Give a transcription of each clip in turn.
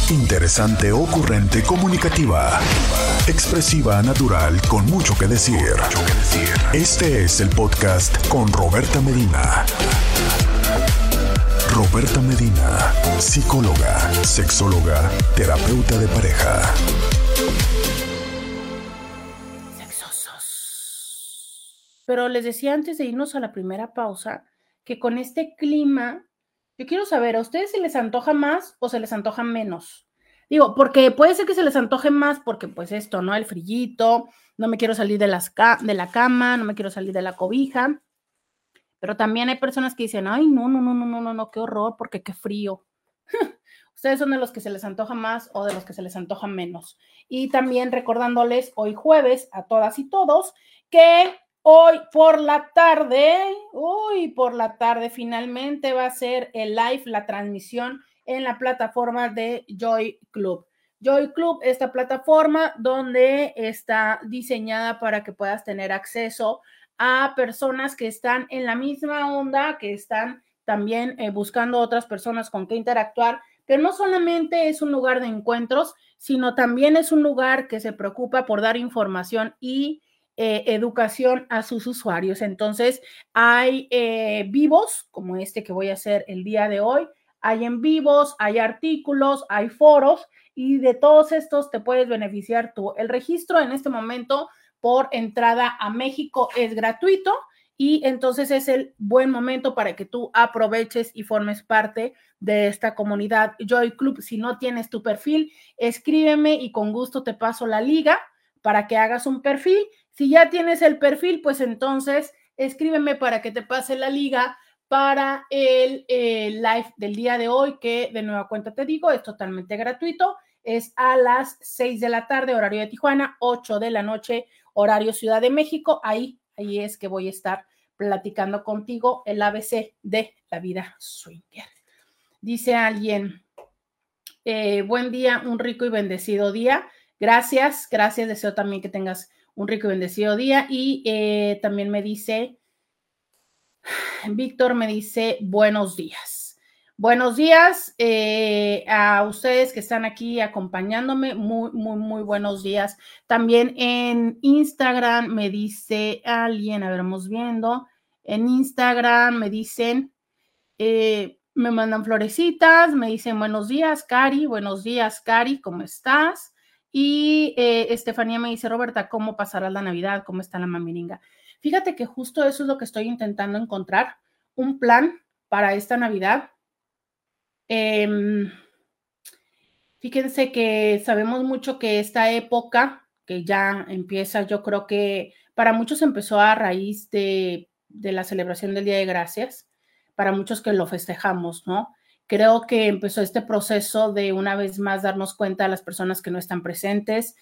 Interesante, ocurrente, comunicativa, expresiva, natural, con mucho que decir. Este es el podcast con Roberta Medina. Roberta Medina, psicóloga, sexóloga, terapeuta de pareja. Sexosos. Pero les decía antes de irnos a la primera pausa que con este clima, yo quiero saber, ¿a ustedes se les antoja más o se les antoja menos? Digo, porque puede ser que se les antoje más porque pues esto, ¿no? El frillito, no me quiero salir de la cama, no me quiero salir de la cobija. Pero también hay personas que dicen, ay, no, qué horror, porque qué frío. Ustedes son de los que se les antoja más o de los que se les antoja menos. Y también recordándoles hoy jueves a todas y todos que hoy por la tarde finalmente va a ser el live, la transmisión en la plataforma de Joy Club. Joy Club, esta plataforma donde está diseñada para que puedas tener acceso a personas que están en la misma onda, que están también buscando otras personas con que interactuar, pero no solamente es un lugar de encuentros, sino también es un lugar que se preocupa por dar información y educación a sus usuarios. Entonces, hay vivos, como este que voy a hacer el día de hoy, hay en vivos, hay artículos, hay foros, y de todos estos te puedes beneficiar tú. El registro en este momento por entrada a México es gratuito y entonces es el buen momento para que tú aproveches y formes parte de esta comunidad Joy Club. Si no tienes tu perfil, escríbeme y con gusto te paso la liga para que hagas un perfil. Si ya tienes el perfil, pues entonces escríbeme para que te pase la liga para el live del día de hoy, que de nueva cuenta te digo, es totalmente gratuito. Es a las 6 de la tarde, horario de Tijuana, 8 de la noche, horario Ciudad de México. Ahí es que voy a estar platicando contigo el ABC de la vida swinger. Dice alguien, buen día, un rico y bendecido día. Gracias, deseo también que tengas un rico y bendecido día. Y también me dice, Víctor me dice, buenos días. Buenos días a ustedes que están aquí acompañándome, muy buenos días. También en Instagram me dice alguien, a ver, vamos viendo, en Instagram me dicen, me mandan florecitas, me dicen buenos días, Cari, ¿cómo estás? Y Estefanía me dice, Roberta, ¿cómo pasarás la Navidad? ¿Cómo está la mamiringa? Fíjate que justo eso es lo que estoy intentando encontrar, un plan para esta Navidad. Fíjense que sabemos mucho que esta época que ya empieza, yo creo que para muchos empezó a raíz de la celebración del Día de Gracias, para muchos que lo festejamos, ¿no? Creo que empezó este proceso de una vez más darnos cuenta a las personas que no están presentes,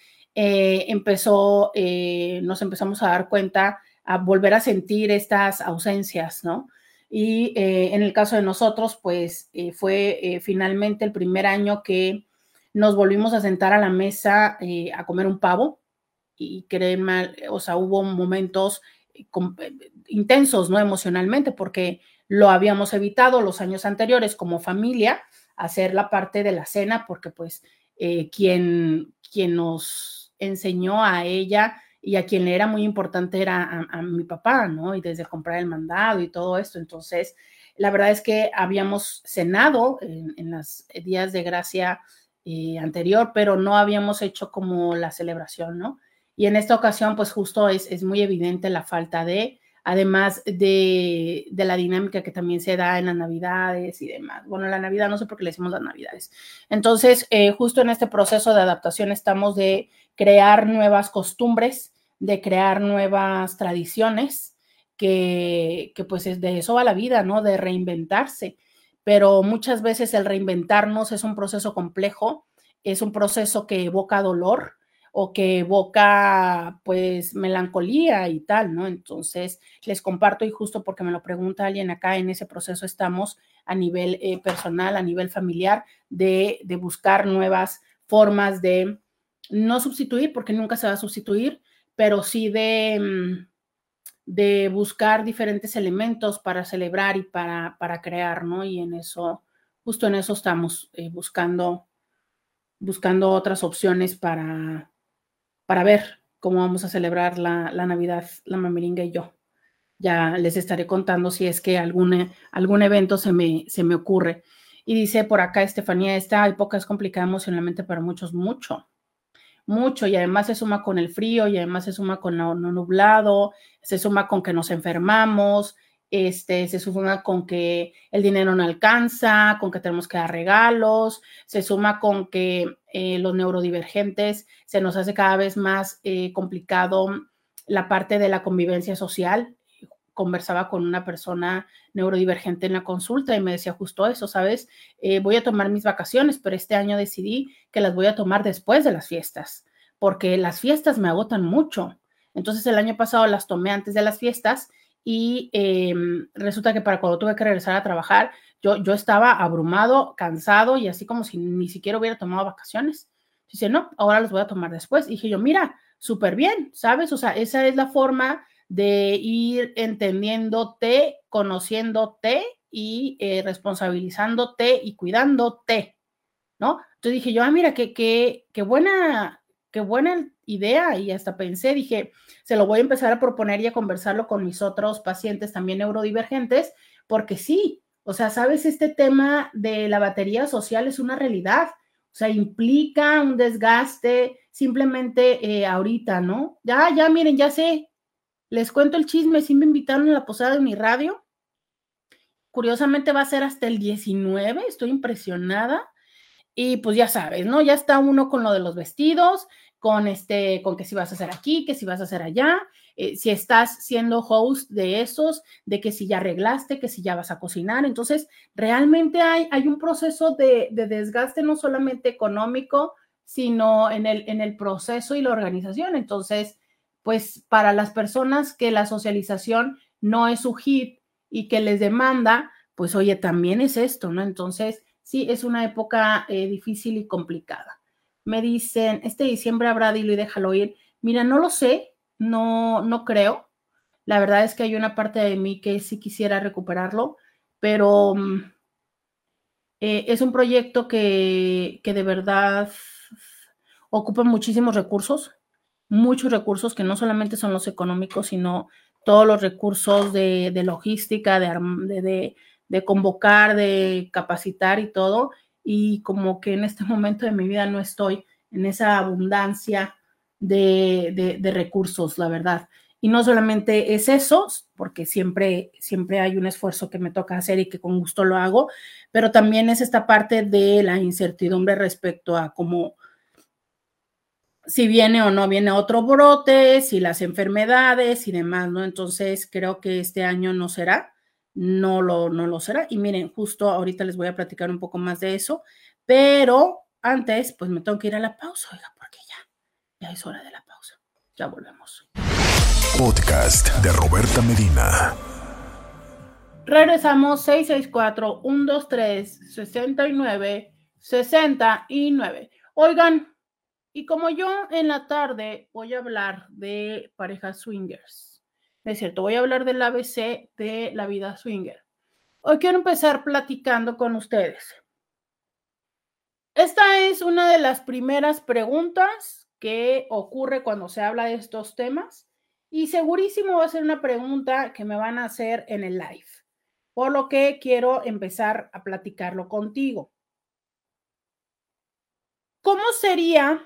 nos empezamos a dar cuenta, a volver a sentir estas ausencias, ¿no? Y en el caso de nosotros, pues fue finalmente el primer año que nos volvimos a sentar a la mesa a comer un pavo y créanme, o sea, hubo momentos intensos, ¿no? Emocionalmente, porque lo habíamos evitado los años anteriores como familia, hacer la parte de la cena, porque pues quien nos enseñó a ella y a quien le era muy importante era a mi papá, ¿no? Y desde comprar el mandado y todo esto. Entonces, la verdad es que habíamos cenado en los días de gracia anterior, pero no habíamos hecho como la celebración, ¿no? Y en esta ocasión, pues justo es muy evidente la falta de, además de la dinámica que también se da en las Navidades y demás. Bueno, la Navidad no sé por qué le decimos las Navidades. Entonces, justo en este proceso de adaptación estamos de crear nuevas costumbres, de crear nuevas tradiciones, que pues de eso va la vida, ¿no? De reinventarse. Pero muchas veces el reinventarnos es un proceso complejo, es un proceso que evoca dolor o que evoca pues melancolía y tal, ¿no? Entonces les comparto y justo porque me lo pregunta alguien acá, en ese proceso estamos a nivel personal, a nivel familiar, de buscar nuevas formas de no sustituir, porque nunca se va a sustituir, pero sí de buscar diferentes elementos para celebrar y para crear, ¿no? Y en eso, justo en eso estamos buscando buscando otras opciones para ver cómo vamos a celebrar la Navidad, la mamiringa y yo. Ya les estaré contando si es que algún evento se me ocurre. Y dice por acá Estefanía, esta época es complicada emocionalmente para muchos, mucho, mucho, y además se suma con el frío, y además se suma con lo nublado, se suma con que nos enfermamos, se suma con que el dinero no alcanza, con que tenemos que dar regalos, se suma con que los neurodivergentes se nos hace cada vez más complicado la parte de la convivencia social. Conversaba con una persona neurodivergente en la consulta y me decía justo eso, ¿sabes? Voy a tomar mis vacaciones, pero este año decidí que las voy a tomar después de las fiestas, porque las fiestas me agotan mucho. Entonces el año pasado las tomé antes de las fiestas y resulta que para cuando tuve que regresar a trabajar, yo estaba abrumado, cansado y así como si ni siquiera hubiera tomado vacaciones. Dice, no, ahora las voy a tomar después. Y dije yo, mira, súper bien, ¿sabes? O sea, esa es la forma de ir entendiéndote, conociéndote y responsabilizándote y cuidándote, ¿no? Entonces dije yo, mira, qué buena idea, y hasta pensé, dije, se lo voy a empezar a proponer y a conversarlo con mis otros pacientes también neurodivergentes, porque sí, o sea, sabes, este tema de la batería social es una realidad, o sea, implica un desgaste simplemente ahorita, ¿no? Ya, miren, ya sé, les cuento el chisme, sí me invitaron a la posada de mi radio. Curiosamente va a ser hasta el 19, estoy impresionada. Y pues ya sabes, ¿no? Ya está uno con lo de los vestidos, con que si vas a hacer aquí, que si vas a hacer allá, si estás siendo host de esos, de que si ya arreglaste, que si ya vas a cocinar. Entonces, realmente hay un proceso de desgaste no solamente económico, sino en el proceso y la organización. Entonces, pues para las personas que la socialización no es su hit y que les demanda, pues oye, también es esto, ¿no? Entonces, sí, es una época difícil y complicada. Me dicen, este diciembre habrá dilo y déjalo ir. Mira, no lo sé, no creo. La verdad es que hay una parte de mí que sí quisiera recuperarlo, pero es un proyecto que de verdad ocupa muchos recursos que no solamente son los económicos, sino todos los recursos de logística, de convocar, de capacitar y todo. Y como que en este momento de mi vida no estoy en esa abundancia de recursos, la verdad. Y no solamente es eso, porque siempre hay un esfuerzo que me toca hacer y que con gusto lo hago, pero también es esta parte de la incertidumbre respecto a cómo, si viene o no viene otro brote, si las enfermedades y demás, ¿no? Entonces creo que este año no será, no lo será. Y miren, justo ahorita les voy a platicar un poco más de eso, pero antes, pues me tengo que ir a la pausa, oiga, porque ya es hora de la pausa. Ya volvemos. Podcast de Roberta Medina. Regresamos 664-123-69-69. Oigan, y como yo en la tarde voy a hablar de parejas swingers, es cierto, voy a hablar del ABC de la vida swinger. Hoy quiero empezar platicando con ustedes. Esta es una de las primeras preguntas que ocurre cuando se habla de estos temas y segurísimo va a ser una pregunta que me van a hacer en el live, por lo que quiero empezar a platicarlo contigo. ¿Cómo sería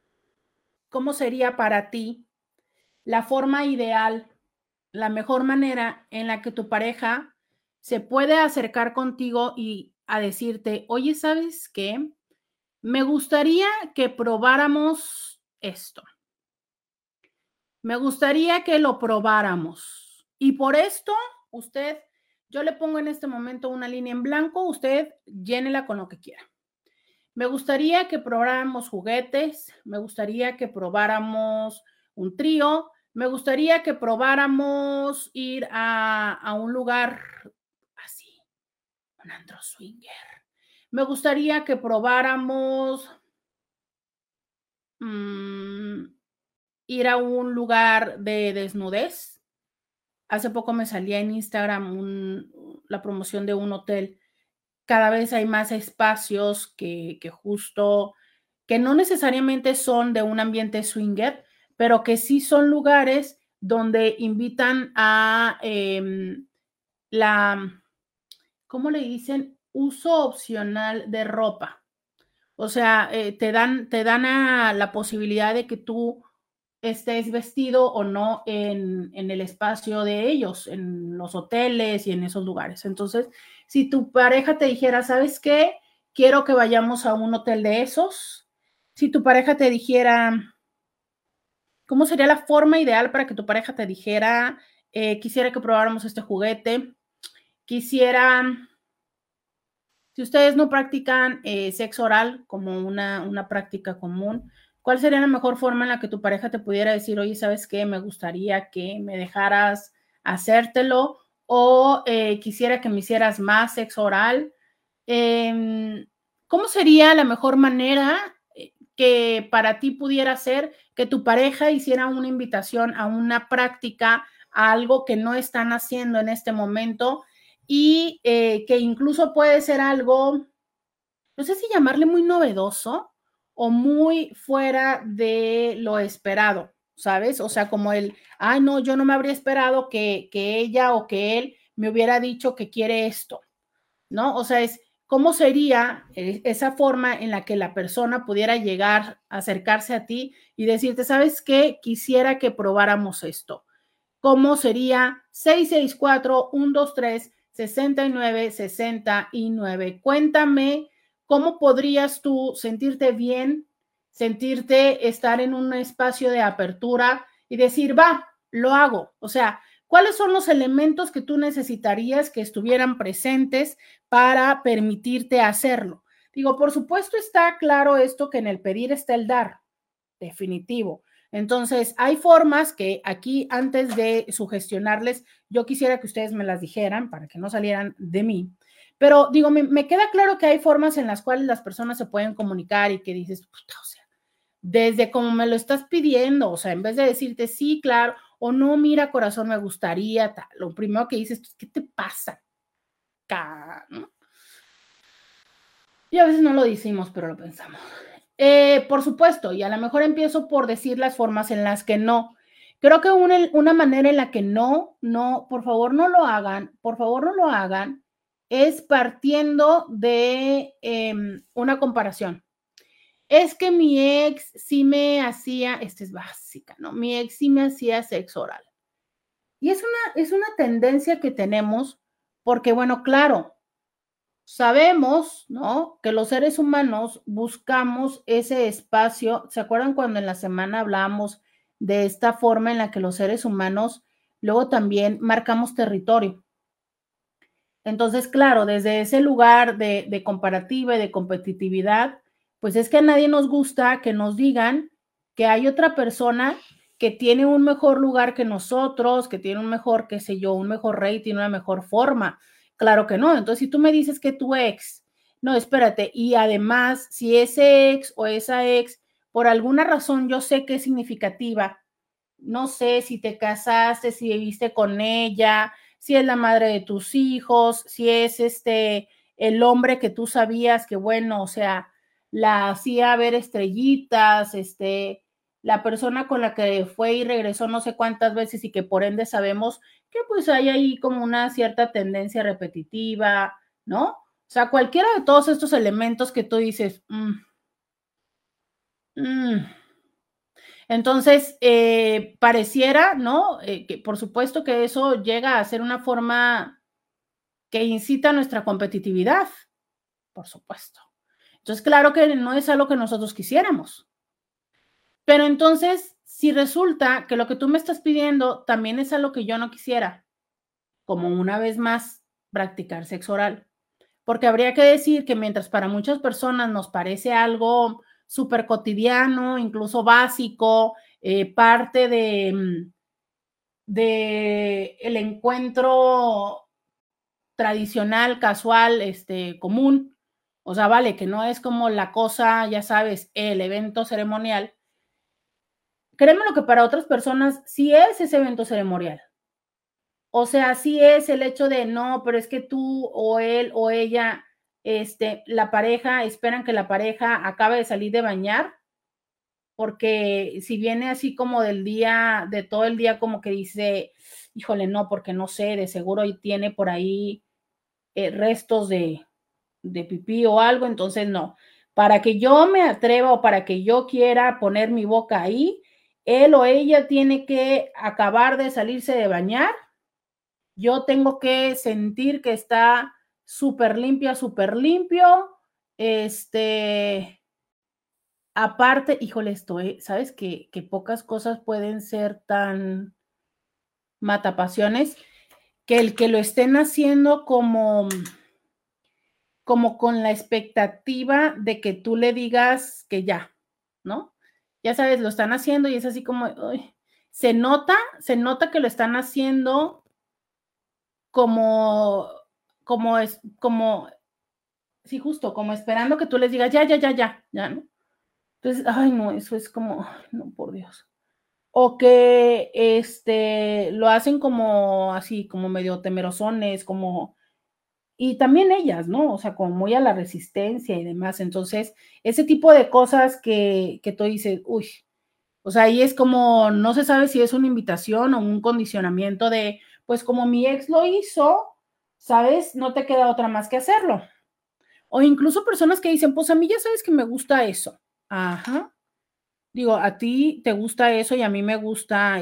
para ti la forma ideal, la mejor manera en la que tu pareja se puede acercar contigo y a decirte, oye, ¿sabes qué? Me gustaría que probáramos esto. Me gustaría que lo probáramos. Y por esto, yo le pongo en este momento una línea en blanco, usted llénela con lo que quiera. Me gustaría que probáramos juguetes, me gustaría que probáramos un trío, me gustaría que probáramos ir a un lugar así, un antro swinger. Me gustaría que probáramos ir a un lugar de desnudez. Hace poco me salía en Instagram la promoción de un hotel. Cada vez hay más espacios que justo que no necesariamente son de un ambiente swinger, pero que sí son lugares donde invitan a ¿cómo le dicen? Uso opcional de ropa. O sea, te dan a la posibilidad de que tú estés vestido o no en el espacio de ellos, en los hoteles y en esos lugares. Entonces, si tu pareja te dijera, ¿sabes qué? Quiero que vayamos a un hotel de esos. Si tu pareja te dijera, ¿cómo sería la forma ideal para que tu pareja te dijera, quisiera que probáramos este juguete? Quisiera, si ustedes no practican sexo oral como una práctica común, ¿cuál sería la mejor forma en la que tu pareja te pudiera decir, oye, ¿sabes qué? Me gustaría que me dejaras hacértelo o quisiera que me hicieras más sexo oral? ¿Cómo sería la mejor manera que para ti pudiera ser que tu pareja hiciera una invitación a una práctica, a algo que no están haciendo en este momento y que incluso puede ser algo, no sé si llamarle muy novedoso o muy fuera de lo esperado, ¿sabes? O sea, como el, ay, no, yo no me habría esperado que ella o que él me hubiera dicho que quiere esto, ¿no? O sea, es cómo sería esa forma en la que la persona pudiera llegar, acercarse a ti y decirte, ¿sabes qué? Quisiera que probáramos esto. ¿Cómo sería? 664-123-6969. Cuéntame cómo podrías tú sentirte bien, sentirte estar en un espacio de apertura y decir, va, lo hago. O sea, ¿cuáles son los elementos que tú necesitarías que estuvieran presentes para permitirte hacerlo? Digo, por supuesto está claro esto que en el pedir está el dar, definitivo. Entonces, hay formas que aquí, antes de sugestionarles, yo quisiera que ustedes me las dijeran para que no salieran de mí. Pero digo, me queda claro que hay formas en las cuales las personas se pueden comunicar y que dices, puta, o sea, desde como me lo estás pidiendo, o sea, en vez de decirte sí, claro, o no, mira, corazón, me gustaría, tal, lo primero que dices, ¿qué te pasa? ¿No? Y a veces no lo decimos, pero lo pensamos. Por supuesto, y a lo mejor empiezo por decir las formas en las que no. Creo que una manera en la que no, por favor no lo hagan, por favor no lo hagan, es partiendo de una comparación. Es que mi ex sí me hacía, esta es básica, ¿no? Mi ex sí me hacía sexo oral. Y es una tendencia que tenemos porque, bueno, claro, sabemos, ¿no? Que los seres humanos buscamos ese espacio. ¿Se acuerdan cuando en la semana hablábamos de esta forma en la que los seres humanos luego también marcamos territorio? Entonces, claro, desde ese lugar de comparativa y de competitividad, pues es que a nadie nos gusta que nos digan que hay otra persona que tiene un mejor lugar que nosotros, que tiene un mejor, qué sé yo, un mejor rating, una mejor forma. Claro que no. Entonces, si tú me dices que tu ex, no, espérate, y además, si ese ex o esa ex, por alguna razón yo sé que es significativa, no sé si te casaste, si viviste con ella, si es la madre de tus hijos, si es el hombre que tú sabías que, bueno, o sea, la hacía ver estrellitas, la persona con la que fue y regresó no sé cuántas veces y que por ende sabemos que pues hay ahí como una cierta tendencia repetitiva, ¿no? O sea, cualquiera de todos estos elementos que tú dices, entonces, pareciera, ¿no? Que por supuesto que eso llega a ser una forma que incita a nuestra competitividad, por supuesto. Entonces, claro que no es algo que nosotros quisiéramos. Pero entonces, si resulta que lo que tú me estás pidiendo también es algo que yo no quisiera, como una vez más, practicar sexo oral. Porque habría que decir que mientras para muchas personas nos parece algo súper cotidiano, incluso básico, parte de el encuentro tradicional, casual, común. O sea, vale, que no es como la cosa, ya sabes, el evento ceremonial. Créeme lo que para otras personas sí es ese evento ceremonial. O sea, sí es el hecho de no, pero es que tú o él o ella la pareja, esperan que la pareja acabe de salir de bañar, porque si viene así como del día, de todo el día, como que dice, híjole, no, porque no sé, de seguro tiene por ahí restos de pipí o algo, entonces no. Para que yo me atreva o para que yo quiera poner mi boca ahí, él o ella tiene que acabar de salirse de bañar. Yo tengo que sentir que está súper limpia, súper limpio. Aparte, híjole, sabes que pocas cosas pueden ser tan matapasiones que el que lo estén haciendo como con la expectativa de que tú le digas que ya, ¿no? Ya sabes, lo están haciendo y es así como, uy, se nota que lo están haciendo como, como, sí, justo, como esperando que tú les digas, ya, ya, ya, ya, ya, ¿no? Entonces, ay, no, eso es como, ay, no, por Dios. O que, lo hacen como así, como medio temerosones, como, y también ellas, ¿no? O sea, como muy a la resistencia y demás. Entonces, ese tipo de cosas que tú dices, uy, o sea, ahí es como, no se sabe si es una invitación o un condicionamiento de, pues como mi ex lo hizo, ¿sabes? No te queda otra más que hacerlo. O incluso personas que dicen, pues a mí ya sabes que me gusta eso. Ajá. Digo, a ti te gusta eso y a mí me gusta,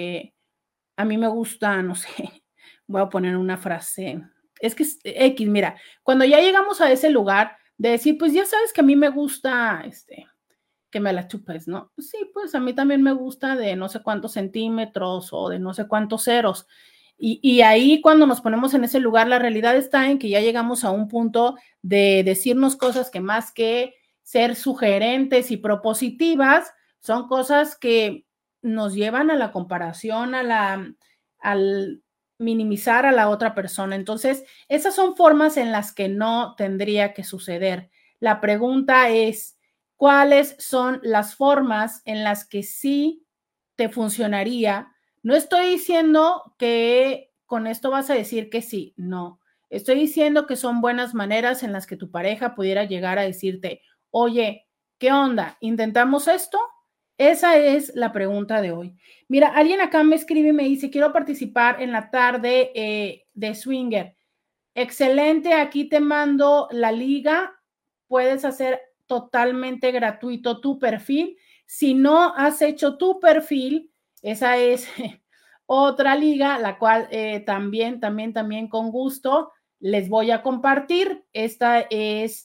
a mí me gusta, no sé, voy a poner una frase. Es que es X, mira, cuando ya llegamos a ese lugar de decir, pues ya sabes que a mí me gusta, que me la chupes, ¿no? Pues sí, pues a mí también me gusta de no sé cuántos centímetros o de no sé cuántos ceros. Y ahí cuando nos ponemos en ese lugar, la realidad está en que ya llegamos a un punto de decirnos cosas que más que ser sugerentes y propositivas, son cosas que nos llevan a la comparación, al minimizar a la otra persona. Entonces, esas son formas en las que no tendría que suceder. La pregunta es, ¿cuáles son las formas en las que sí te funcionaría? No estoy diciendo que con esto vas a decir que sí, no. Estoy diciendo que son buenas maneras en las que tu pareja pudiera llegar a decirte, oye, ¿qué onda? ¿Intentamos esto? Esa es la pregunta de hoy. Mira, alguien acá me escribe y me dice, quiero participar en la tarde de Swinger. Excelente, aquí te mando la liga. Puedes hacer totalmente gratuito tu perfil. Si no has hecho tu perfil, esa es otra liga, la cual también con gusto les voy a compartir. Esta es,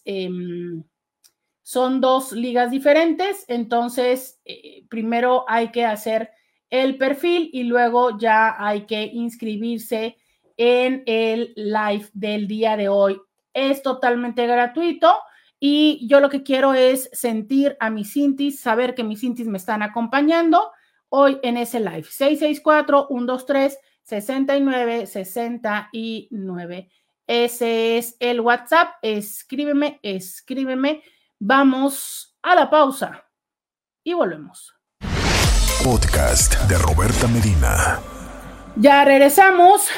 son dos ligas diferentes, entonces primero hay que hacer el perfil y luego ya hay que inscribirse en el live del día de hoy. Es totalmente gratuito y yo lo que quiero es sentir a mis intis, saber que mis intis me están acompañando hoy en ese live. 664-123-6969. Ese es el WhatsApp. Escríbeme. Vamos a la pausa y volvemos. Podcast de Roberta Medina. Ya regresamos.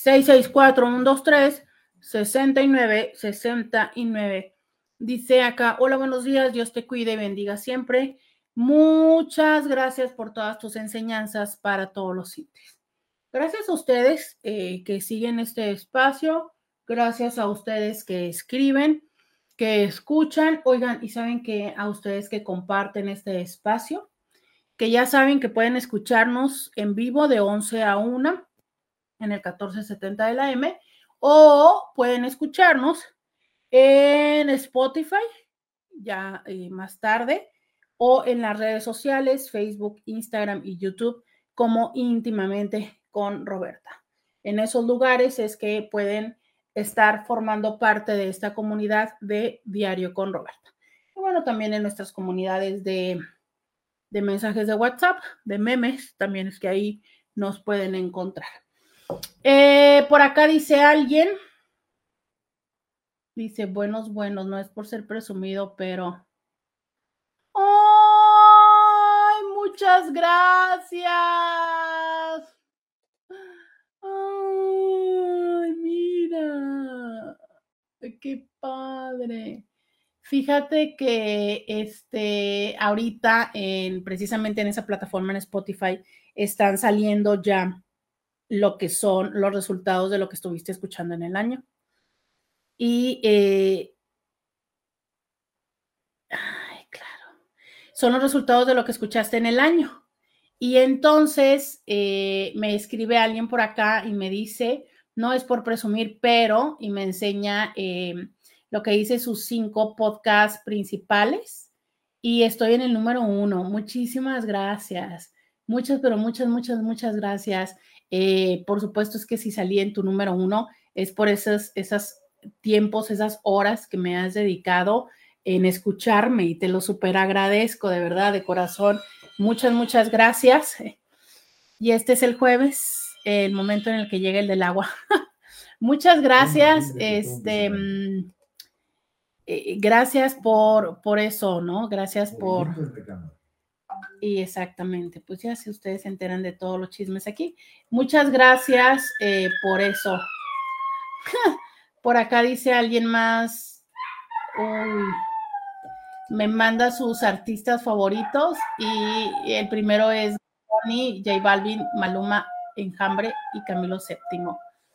664-123-6969. Dice acá, hola, buenos días, Dios te cuide y bendiga siempre. Muchas gracias por todas tus enseñanzas para todos los sitios. Gracias a ustedes que siguen este espacio, gracias a ustedes que escriben, que escuchan, oigan, y saben que a ustedes que comparten este espacio, que ya saben que pueden escucharnos en vivo de 11 a 1 en el 1470 de la M, o pueden escucharnos en Spotify ya más tarde, o en las redes sociales, Facebook, Instagram y YouTube, como íntimamente con Roberta. En esos lugares es que pueden estar formando parte de esta comunidad de Diario con Roberta. Y bueno, también en nuestras comunidades de mensajes de WhatsApp, de memes, también es que ahí nos pueden encontrar. Por acá dice alguien, dice, buenos, no es por ser presumido, pero... ¡Ay, muchas gracias! Ay, mira. qué padre. Fíjate que ahorita precisamente en esa plataforma en Spotify están saliendo ya lo que son los resultados de lo que estuviste escuchando en el año. Y claro, son los resultados de lo que escuchaste en el año. Y entonces me escribe alguien por acá y me dice, no es por presumir, pero, y me enseña lo que dice sus 5 podcasts principales y estoy en el número 1. Muchísimas gracias. Muchas, pero muchas gracias. Por supuesto es que si salí en tu número 1 es por esos tiempos, esas horas que me has dedicado en escucharme y te lo súper agradezco, de verdad, de corazón. Muchas gracias. Y este es el jueves, el momento en el que llega el del agua. Muchas gracias. Gracias por eso, ¿no? Gracias por... Y exactamente, pues ya si ustedes se enteran de todos los chismes aquí. Muchas gracias por eso. Por acá dice alguien más. Uy, me manda sus artistas favoritos y el primero es Bonnie, J Balvin, Maluma, Enjambre y Camilo VII.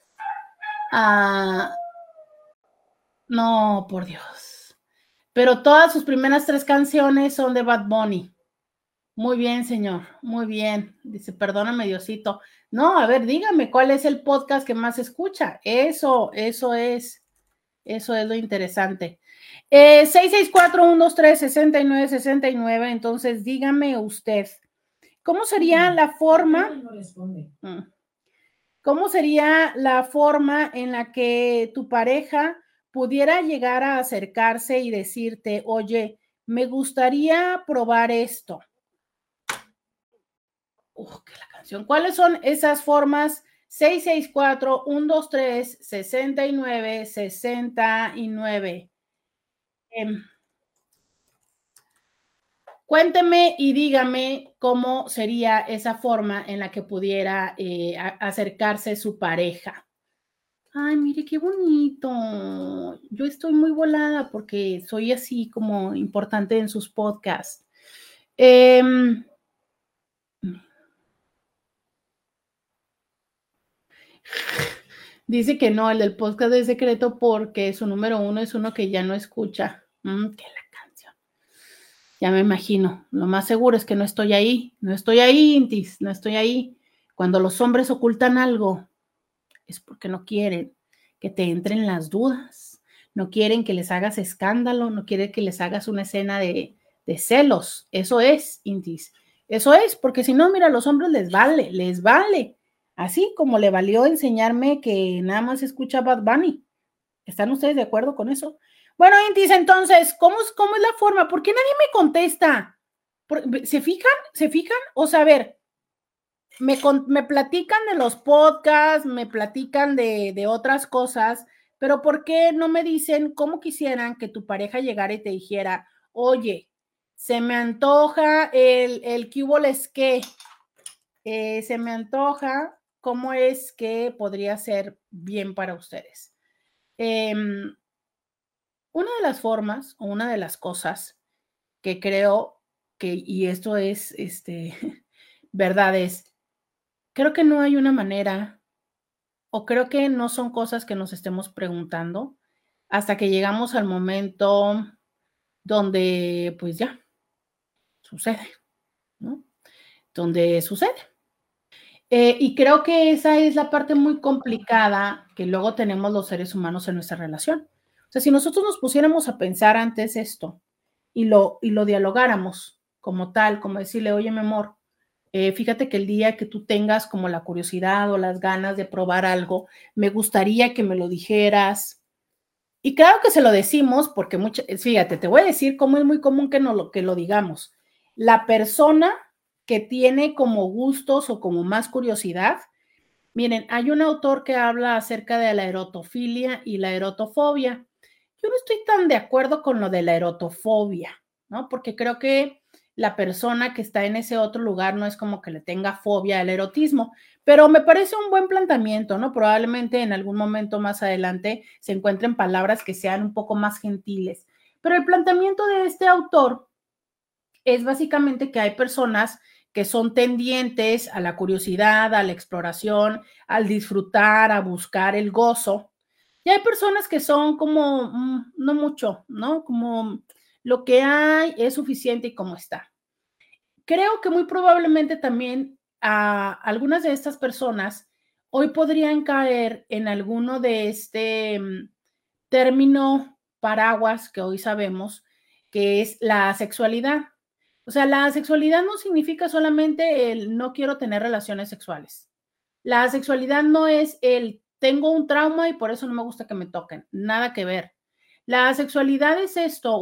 No, por Dios. Pero todas sus primeras 3 canciones son de Bad Bunny. Muy bien, señor, muy bien. Dice, perdóname, Diosito. No, a ver, dígame, ¿cuál es el podcast que más escucha? Eso es lo interesante. 664-123-6969, entonces dígame usted, ¿cómo sería la forma? No responde. ¿Cómo sería la forma en la que tu pareja pudiera llegar a acercarse y decirte, oye, me gustaría probar esto? Que la canción. ¿Cuáles son esas formas? 664-123-6969. Cuénteme y dígame cómo sería esa forma en la que pudiera acercarse su pareja. Ay, mire qué bonito. Yo estoy muy volada porque soy así como importante en sus podcasts. Dice que no, el del podcast es secreto porque su número 1 es uno que ya no escucha. Que la canción. Ya me imagino. Lo más seguro es que no estoy ahí. No estoy ahí, Intis. No estoy ahí. Cuando los hombres ocultan algo, es porque no quieren que te entren las dudas. No quieren que les hagas escándalo. No quieren que les hagas una escena de celos. Eso es, Intis. Eso es, porque si no, mira, a los hombres les vale. Así como le valió enseñarme que nada más escucha Bad Bunny. ¿Están ustedes de acuerdo con eso? Bueno, Intis, entonces, ¿cómo es la forma? ¿Por qué nadie me contesta? ¿Se fijan? O sea, a ver, me platican de los podcasts, me platican de otras cosas, pero ¿por qué no me dicen cómo quisieran que tu pareja llegara y te dijera, oye, se me antoja el que hubo les que, se me antoja, ¿cómo es que podría ser bien para ustedes? Una de las formas o una de las cosas que creo que, y esto es verdad, creo que no hay una manera, o creo que no son cosas que nos estemos preguntando hasta que llegamos al momento donde pues ya sucede, ¿no? Donde sucede. Y creo que esa es la parte muy complicada que luego tenemos los seres humanos en nuestra relación. O sea, si nosotros nos pusiéramos a pensar antes esto y lo dialogáramos como tal, como decirle, oye, mi amor, fíjate que el día que tú tengas como la curiosidad o las ganas de probar algo, me gustaría que me lo dijeras. Y claro que se lo decimos porque fíjate, te voy a decir cómo es muy común que lo digamos. La persona que tiene como gustos o como más curiosidad, miren, hay un autor que habla acerca de la erotofilia y la erotofobia. Yo no estoy tan de acuerdo con lo de la erotofobia, ¿no? Porque creo que la persona que está en ese otro lugar no es como que le tenga fobia al erotismo, pero me parece un buen planteamiento, ¿no? Probablemente en algún momento más adelante se encuentren palabras que sean un poco más gentiles, pero el planteamiento de este autor es básicamente que hay personas que son tendientes a la curiosidad, a la exploración, al disfrutar, a buscar el gozo. Y hay personas que son como, no mucho, ¿no? Como lo que hay es suficiente y como está. Creo que muy probablemente también algunas de estas personas hoy podrían caer en alguno de este término paraguas que hoy sabemos, que es la sexualidad. O sea, la sexualidad no significa solamente el no quiero tener relaciones sexuales. La sexualidad no es el tengo un trauma y por eso no me gusta que me toquen. Nada que ver. La sexualidad es esto,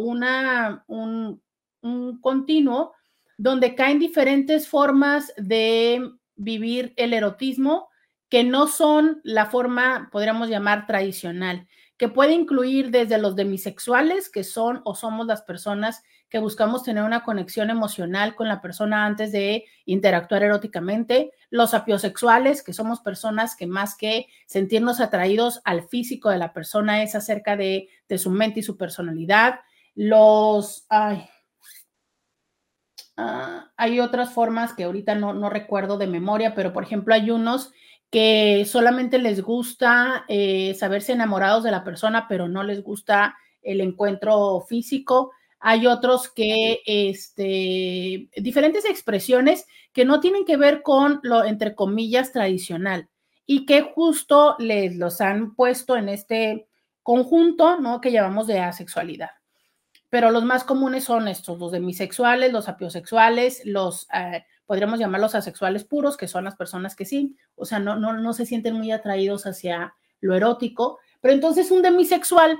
un continuo donde caen diferentes formas de vivir el erotismo que no son la forma, podríamos llamar, tradicional, que puede incluir desde los demisexuales, que son o somos las personas que buscamos tener una conexión emocional con la persona antes de interactuar eróticamente, los apiosexuales, que somos personas que más que sentirnos atraídos al físico de la persona es acerca de su mente y su personalidad, hay otras formas que ahorita no recuerdo de memoria, pero por ejemplo hay unos que solamente les gusta saberse enamorados de la persona, pero no les gusta el encuentro físico. Hay otros que, diferentes expresiones que no tienen que ver con lo, entre comillas, tradicional y que justo los han puesto en este conjunto, ¿no? Que llamamos de asexualidad. Pero los más comunes son estos, los demisexuales, los apiosexuales, podríamos llamarlos asexuales puros, que son las personas que sí, o sea, no se sienten muy atraídos hacia lo erótico, pero entonces un demisexual,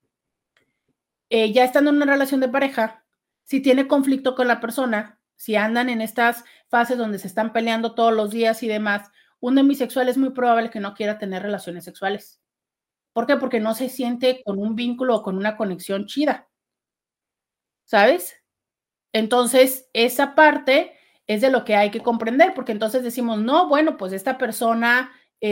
ya estando en una relación de pareja, si tiene conflicto con la persona, si andan en estas fases donde se están peleando todos los días y demás, un demisexual es muy probable que no quiera tener relaciones sexuales. ¿Por qué? Porque no se siente con un vínculo o con una conexión chida, ¿sabes? Entonces, esa parte es de lo que hay que comprender, porque entonces decimos, no, bueno, pues esta persona,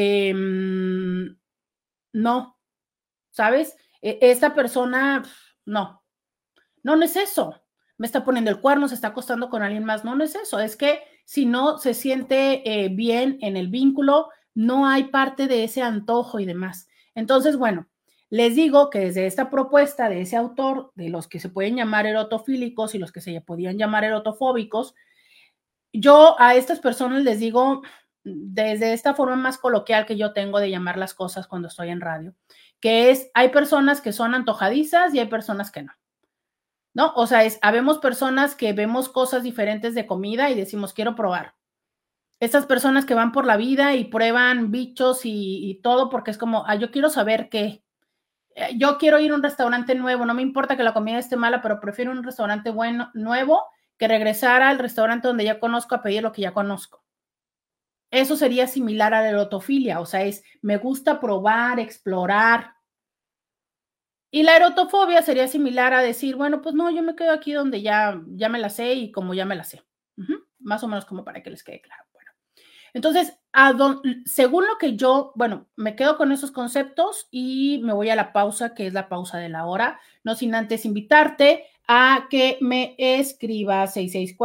no, ¿sabes? Esta persona, no, no es eso. Me está poniendo el cuerno, se está acostando con alguien más. No es eso. Es que si no se siente bien en el vínculo, no hay parte de ese antojo y demás. Entonces, bueno, les digo que desde esta propuesta de ese autor, de los que se pueden llamar erotofílicos y los que se podían llamar erotofóbicos, yo a estas personas les digo desde esta forma más coloquial que yo tengo de llamar las cosas cuando estoy en radio, que es, hay personas que son antojadizas y hay personas que no. ¿No? O sea, habemos personas que vemos cosas diferentes de comida y decimos, quiero probar. Estas personas que van por la vida y prueban bichos y todo porque es como, yo quiero saber qué. Yo quiero ir a un restaurante nuevo, no me importa que la comida esté mala, pero prefiero un restaurante bueno, nuevo, que regresar al restaurante donde ya conozco a pedir lo que ya conozco. Eso sería similar a la erotofilia, o sea, me gusta probar, explorar. Y la erotofobia sería similar a decir, bueno, pues no, yo me quedo aquí donde ya me la sé y como ya me la sé. Más o menos como para que les quede claro. Bueno, entonces, según lo que bueno, me quedo con esos conceptos y me voy a la pausa, que es la pausa de la hora, no sin antes invitarte a que me escribas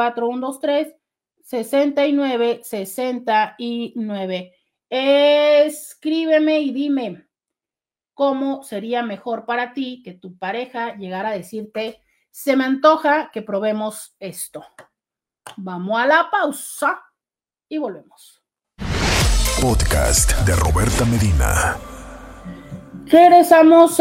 664-123-6969. Escríbeme y dime cómo sería mejor para ti que tu pareja llegara a decirte, se me antoja que probemos esto. Vamos a la pausa y volvemos. Podcast de Roberta Medina. Regresamos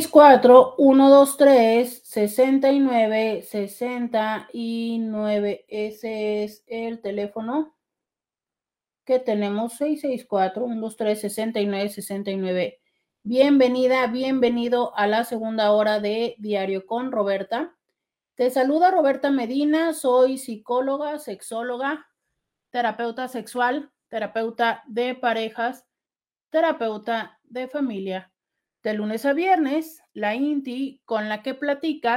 664-123-6969. Ese es el teléfono que tenemos, 664-123-6969. Bienvenida, bienvenido a la segunda hora de Diario con Roberta. Te saluda Roberta Medina, soy psicóloga, sexóloga, terapeuta sexual, terapeuta de parejas, terapeuta de familia. De lunes a viernes, la INTI con la que platicas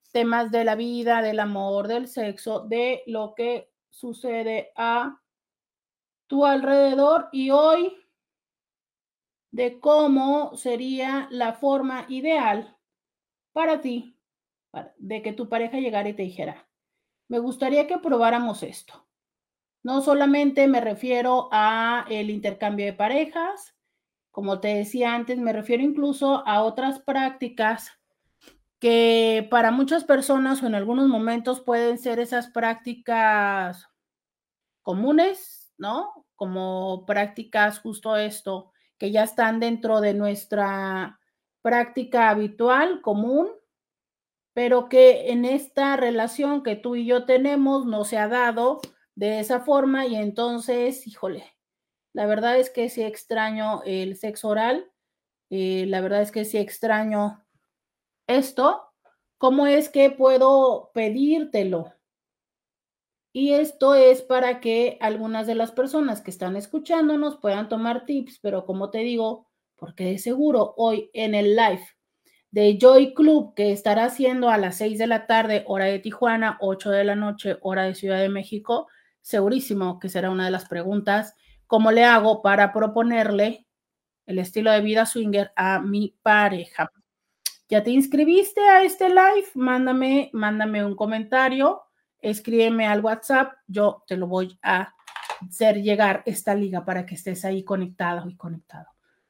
temas de la vida, del amor, del sexo, de lo que sucede a tu alrededor y hoy de cómo sería la forma ideal para ti, de que tu pareja llegara y te dijera, me gustaría que probáramos esto. No solamente me refiero a el intercambio de parejas, como te decía antes, me refiero incluso a otras prácticas que para muchas personas o en algunos momentos pueden ser esas prácticas comunes, ¿no? Como prácticas justo esto, que ya están dentro de nuestra práctica habitual, común, pero que en esta relación que tú y yo tenemos no se ha dado de esa forma y entonces, híjole, la verdad es que sí extraño el sexo oral, la verdad es que sí extraño esto, ¿cómo es que puedo pedírtelo? Y esto es para que algunas de las personas que están escuchándonos puedan tomar tips, pero como te digo, porque de seguro hoy en el live de Joy Club que estará haciendo a las 6 de la tarde, hora de Tijuana, 8 de la noche, hora de Ciudad de México, segurísimo que será una de las preguntas, ¿cómo le hago para proponerle el estilo de vida swinger a mi pareja? ¿Ya te inscribiste a este live? Mándame un comentario, escríbeme al WhatsApp, yo te lo voy a hacer llegar esta liga para que estés ahí conectado y conectado.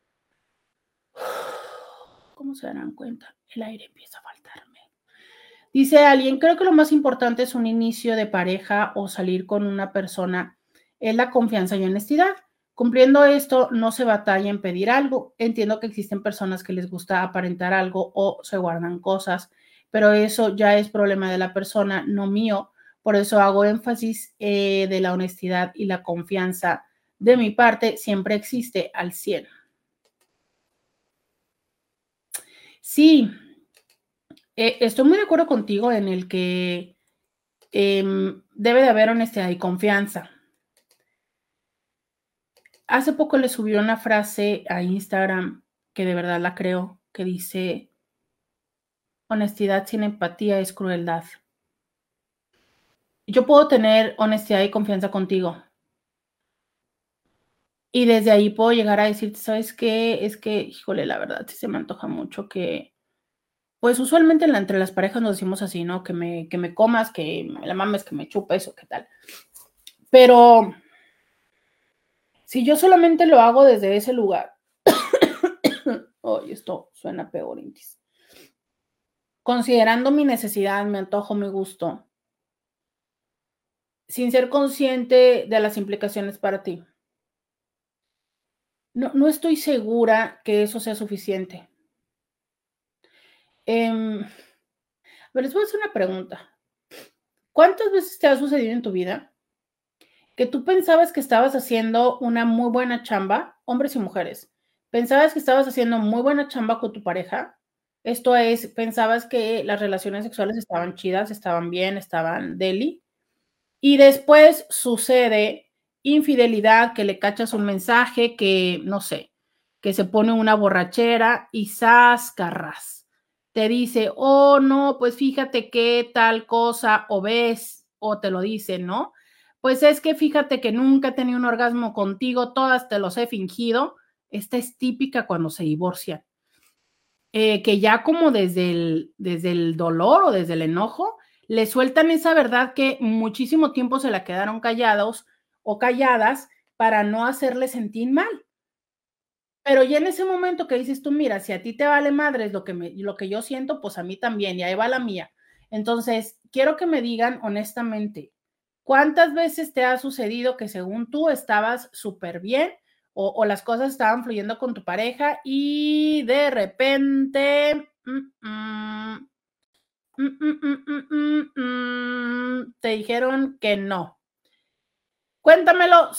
¿Cómo se darán cuenta? El aire empieza a faltarme. Dice alguien, creo que lo más importante es un inicio de pareja o salir con una persona, es la confianza y honestidad. Cumpliendo esto, no se batalla en pedir algo. Entiendo que existen personas que les gusta aparentar algo o se guardan cosas, pero eso ya es problema de la persona, no mío. Por eso hago énfasis de la honestidad y la confianza de mi parte siempre existe al 100. Sí, estoy muy de acuerdo contigo en el que debe de haber honestidad y confianza. Hace poco le subí una frase a Instagram que de verdad la creo, que dice, honestidad sin empatía es crueldad. Yo puedo tener honestidad y confianza contigo. Y desde ahí puedo llegar a decirte, ¿sabes qué? Es que, híjole, la verdad sí se me antoja mucho que, pues usualmente entre las parejas nos decimos así, ¿no? Que me comas, que me la mames, que me chupes o qué tal. Pero si yo solamente lo hago desde ese lugar, oh, esto suena peor, Intis. Considerando mi necesidad, mi antojo, mi gusto, sin ser consciente de las implicaciones para ti. No estoy segura que eso sea suficiente. A ver, les voy a hacer una pregunta. ¿Cuántas veces te ha sucedido en tu vida que tú pensabas que estabas haciendo una muy buena chamba, hombres y mujeres? Pensabas que estabas haciendo muy buena chamba con tu pareja. Esto es, pensabas que las relaciones sexuales estaban chidas, estaban bien, estaban deli. Y después sucede infidelidad, que le cachas un mensaje, que no sé, que se pone una borrachera y ¡zas!, te dice, oh, no, pues fíjate que tal cosa, o ves, o te lo dice, ¿no? Pues es que fíjate que nunca he tenido un orgasmo contigo, todas te los he fingido. Esta es típica cuando se divorcian. Que ya como desde el dolor o desde el enojo, le sueltan esa verdad que muchísimo tiempo se la quedaron callados o calladas para no hacerle sentir mal. Pero ya en ese momento que dices tú, mira, si a ti te vale madres lo que yo siento, pues a mí también, y ahí va la mía. Entonces, quiero que me digan honestamente, ¿cuántas veces te ha sucedido que según tú estabas súper bien o las cosas estaban fluyendo con tu pareja y de repente te dijeron que no? Cuéntamelo,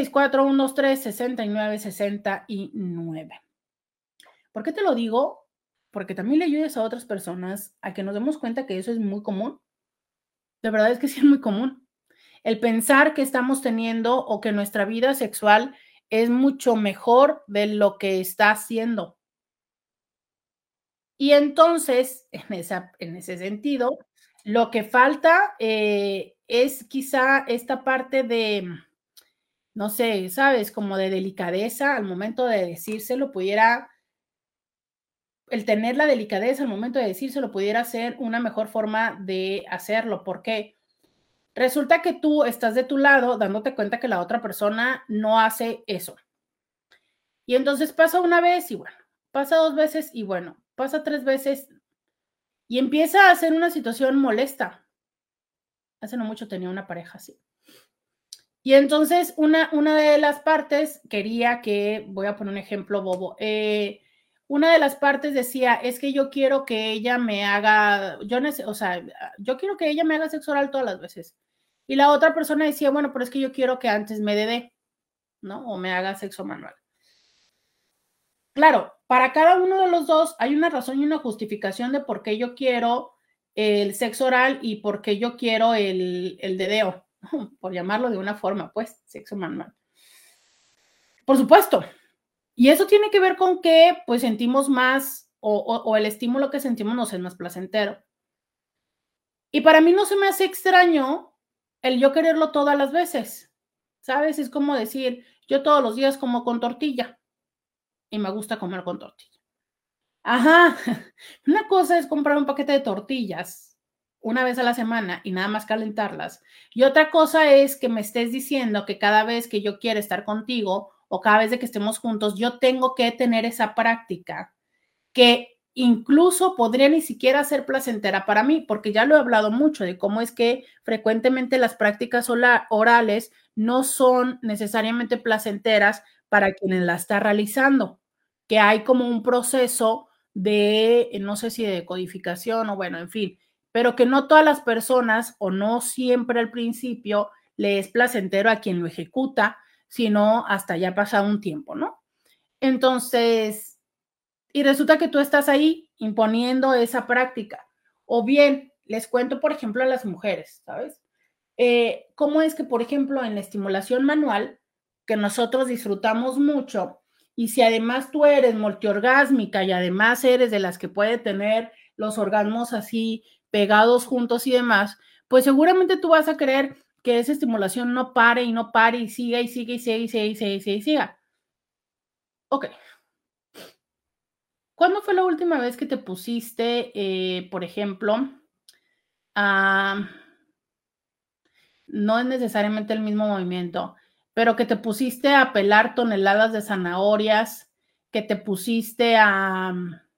664-123-6969. ¿Por qué te lo digo? Porque también le ayudes a otras personas a que nos demos cuenta que eso es muy común. De verdad es que sí es muy común. El pensar que estamos teniendo o que nuestra vida sexual es mucho mejor de lo que está haciendo. Y entonces, en ese sentido, Lo que falta es quizá esta parte de, no sé, ¿sabes? Como de delicadeza al momento de decírselo, el tener la delicadeza al momento de decírselo pudiera ser una mejor forma de hacerlo, porque resulta que tú estás de tu lado dándote cuenta que la otra persona no hace eso. Y entonces pasa una vez y bueno, pasa 2 veces y bueno, pasa 3 veces y empieza a ser una situación molesta. Hace no mucho tenía una pareja así. Y entonces una de las partes quería que, voy a poner un ejemplo bobo, una de las partes decía, es que yo quiero que ella me haga, o sea, yo quiero que ella me haga sexo oral todas las veces. Y la otra persona decía, bueno, pero es que yo quiero que antes me dé, ¿no? O me haga sexo manual. Claro, para cada uno de los dos hay una razón y una justificación de por qué yo quiero el sexo oral y por qué yo quiero el dedeo, por llamarlo de una forma, pues, sexo manual. Por supuesto. Y eso tiene que ver con que, pues, sentimos más o el estímulo que sentimos nos es más placentero. Y para mí no se me hace extraño el yo quererlo todas las veces, ¿sabes? Es como decir, yo todos los días como con tortilla y me gusta comer con tortilla. Ajá, una cosa es comprar un paquete de tortillas una vez a la semana y nada más calentarlas. Y otra cosa es que me estés diciendo que cada vez que yo quiera estar contigo o cada vez de que estemos juntos, yo tengo que tener esa práctica que incluso podría ni siquiera ser placentera para mí, porque ya lo he hablado mucho de cómo es que frecuentemente las prácticas orales no son necesariamente placenteras para quienes la está realizando, que hay como un proceso de, no sé si de codificación o bueno, en fin, pero que no todas las personas o no siempre al principio le es placentero a quien lo ejecuta, sino hasta ya pasado un tiempo, ¿no? Entonces, y resulta que tú estás ahí imponiendo esa práctica. O bien, les cuento, por ejemplo, a las mujeres, ¿sabes? ¿Cómo es que, por ejemplo, en la estimulación manual, que nosotros disfrutamos mucho, y si además tú eres multiorgásmica y además eres de las que puede tener los orgasmos así pegados juntos y demás, pues seguramente tú vas a querer que esa estimulación no pare y no pare y siga y siga y siga y siga y siga y siga y siga. Ok. ¿Cuándo fue la última vez que te pusiste, por ejemplo, a no es necesariamente el mismo movimiento, pero que te pusiste a pelar toneladas de zanahorias, que te pusiste a,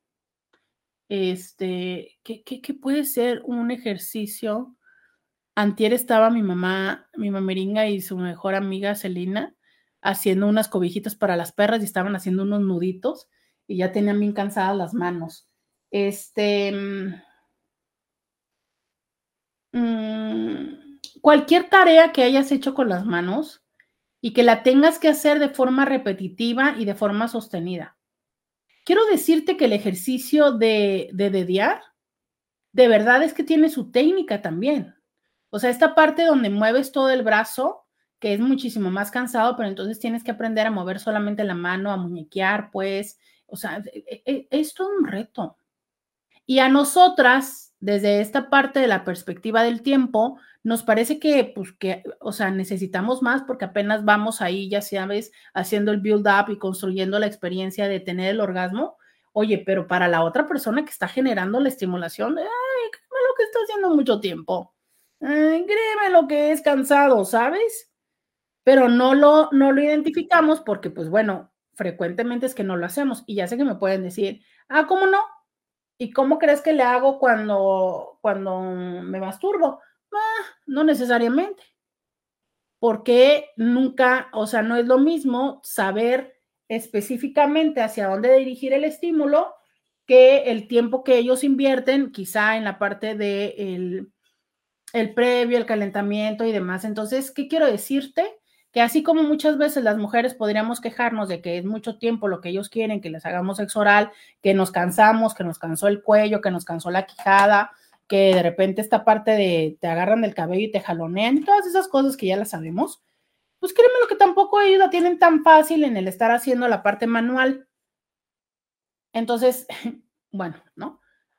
¿qué puede ser un ejercicio? Antier estaba mi mameringa y su mejor amiga Celina haciendo unas cobijitas para las perras y estaban haciendo unos nuditos y ya tenían bien cansadas las manos. Cualquier tarea que hayas hecho con las manos y que la tengas que hacer de forma repetitiva y de forma sostenida. Quiero decirte que el ejercicio de dediar, de verdad es que tiene su técnica también. O sea, esta parte donde mueves todo el brazo, que es muchísimo más cansado, pero entonces tienes que aprender a mover solamente la mano, a muñequear, pues, o sea, es todo un reto. Y a nosotras, desde esta parte de la perspectiva del tiempo, nos parece que, pues, que, o sea, necesitamos más porque apenas vamos ahí, ya sabes, haciendo el build up y construyendo la experiencia de tener el orgasmo. Oye, pero para la otra persona que está generando la estimulación, ay, créeme lo que está haciendo mucho tiempo. Ay, créeme lo que es cansado, ¿sabes? Pero no lo identificamos porque, pues bueno, frecuentemente es que no lo hacemos. Y ya sé que me pueden decir, ¿cómo no? ¿Y cómo crees que le hago cuando me masturbo? No necesariamente, porque nunca, o sea, no es lo mismo saber específicamente hacia dónde dirigir el estímulo que el tiempo que ellos invierten, quizá en la parte de el previo, el calentamiento y demás. Entonces, ¿qué quiero decirte? Que así como muchas veces las mujeres podríamos quejarnos de que es mucho tiempo lo que ellos quieren, que les hagamos sexo oral, que nos cansamos, que nos cansó el cuello, que nos cansó la quijada, que de repente esta parte de te agarran del cabello y te jalonean, todas esas cosas que ya las sabemos, pues créeme lo que tampoco ellos la tienen tan fácil en el estar haciendo la parte manual. Entonces, bueno, ¿no?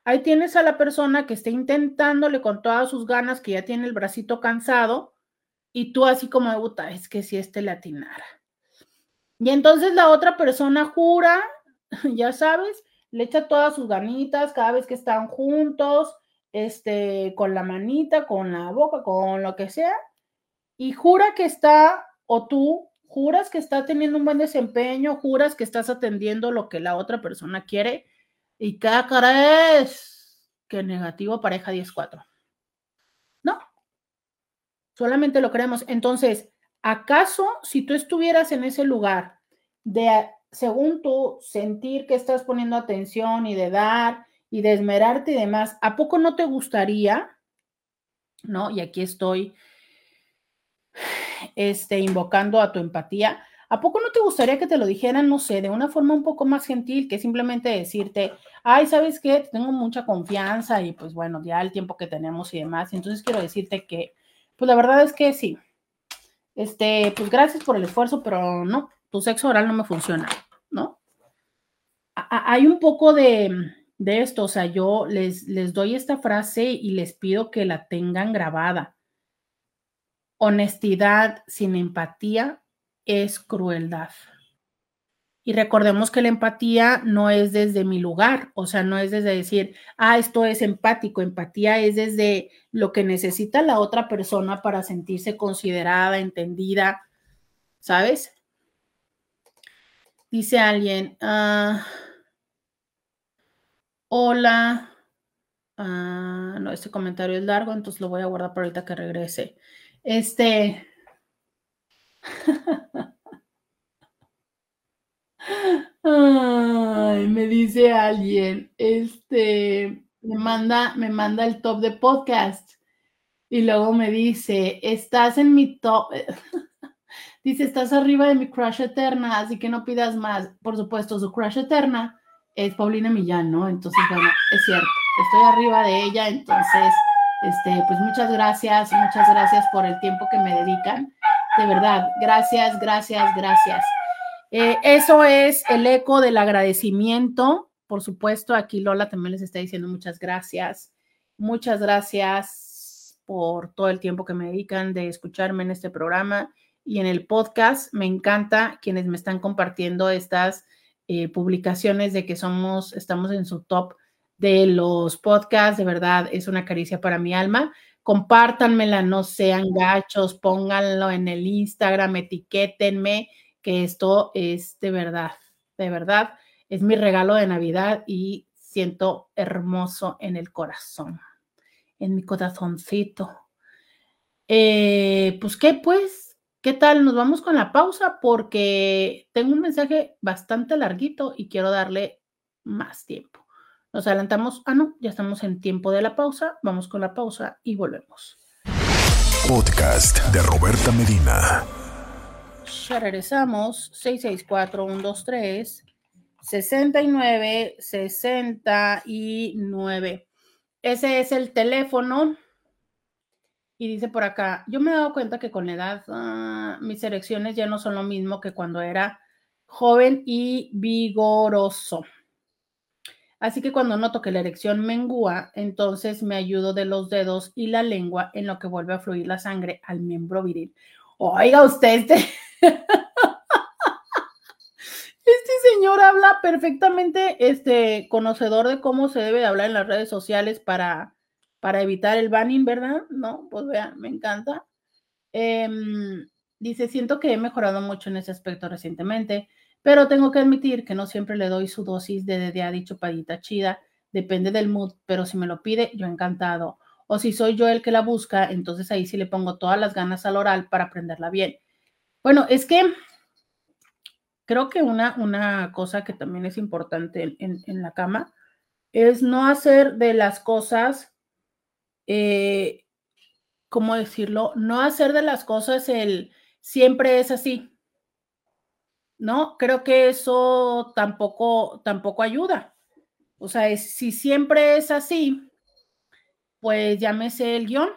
Ahí tienes a la persona que está intentándole con todas sus ganas, que ya tiene el bracito cansado, y tú así como de puta, es que si le atinara. Y entonces la otra persona jura, ya sabes, le echa todas sus ganitas cada vez que están juntos, con la manita, con la boca, con lo que sea, y jura que está, o tú juras que está teniendo un buen desempeño, juras que estás atendiendo lo que la otra persona quiere, y cada cara es que negativo pareja 10-4. No, solamente lo creemos. Entonces, ¿acaso si tú estuvieras en ese lugar de, según tú, sentir que estás poniendo atención y de dar y de esmerarte y demás, ¿a poco no te gustaría? ¿No? Y aquí estoy invocando a tu empatía. ¿A poco no te gustaría que te lo dijeran, no sé, de una forma un poco más gentil, que simplemente decirte, ay, ¿sabes qué? Tengo mucha confianza y pues bueno, ya el tiempo que tenemos y demás. Y entonces quiero decirte que, pues la verdad es que sí, pues gracias por el esfuerzo, pero no, tu sexo oral no me funciona, ¿no? Hay un poco de esto, o sea, yo les doy esta frase y les pido que la tengan grabada. Honestidad sin empatía es crueldad. Y recordemos que la empatía no es desde mi lugar, o sea, no es desde decir, esto es empático. Empatía es desde lo que necesita la otra persona para sentirse considerada, entendida, ¿sabes? Dice alguien, hola, no, este comentario es largo, entonces lo voy a guardar para ahorita que regrese. Ay, me dice alguien, me manda el top de podcast y luego me dice, estás en mi top, dice, estás arriba de mi crush eterna, así que no pidas más. Por supuesto, su crush eterna es Paulina Millán, ¿no? Entonces, bueno, es cierto, estoy arriba de ella, entonces, pues muchas gracias por el tiempo que me dedican. De verdad, gracias, gracias, gracias. Eso es el eco del agradecimiento. Por supuesto, aquí Lola también les está diciendo muchas gracias. Muchas gracias por todo el tiempo que me dedican de escucharme en este programa y en el podcast. Me encanta quienes me están compartiendo estas publicaciones de que estamos en su top de los podcasts. De verdad, es una caricia para mi alma. Compártanmela, no sean gachos, pónganlo en el Instagram, etiquétenme, que esto es de verdad, es mi regalo de Navidad y siento hermoso en el corazón, en mi corazoncito. ¿Qué tal? Nos vamos con la pausa porque tengo un mensaje bastante larguito y quiero darle más tiempo. Nos adelantamos, no, ya estamos en tiempo de la pausa, vamos con la pausa y volvemos. Podcast de Roberta Medina. Ya regresamos, 664-123-6969. Ese es el teléfono. Y dice por acá, yo me he dado cuenta que con la edad mis erecciones ya no son lo mismo que cuando era joven y vigoroso. Así que cuando noto que la erección mengúa, entonces me ayudo de los dedos y la lengua en lo que vuelve a fluir la sangre al miembro viril. Oiga usted, este señor habla perfectamente, conocedor de cómo se debe de hablar en las redes sociales para evitar el banning, ¿verdad? No, pues vean, me encanta. Dice, siento que he mejorado mucho en ese aspecto recientemente, pero tengo que admitir que no siempre le doy su dosis de DDA y chupadita chida, depende del mood, pero si me lo pide, yo encantado. O si soy yo el que la busca, entonces ahí sí le pongo todas las ganas al oral para aprenderla bien. Bueno, es que creo que una cosa que también es importante en la cama es no hacer de las cosas, ¿cómo decirlo? No hacer de las cosas el siempre es así, ¿no? Creo que eso tampoco ayuda. O sea, si siempre es así, pues ya me sé el guión,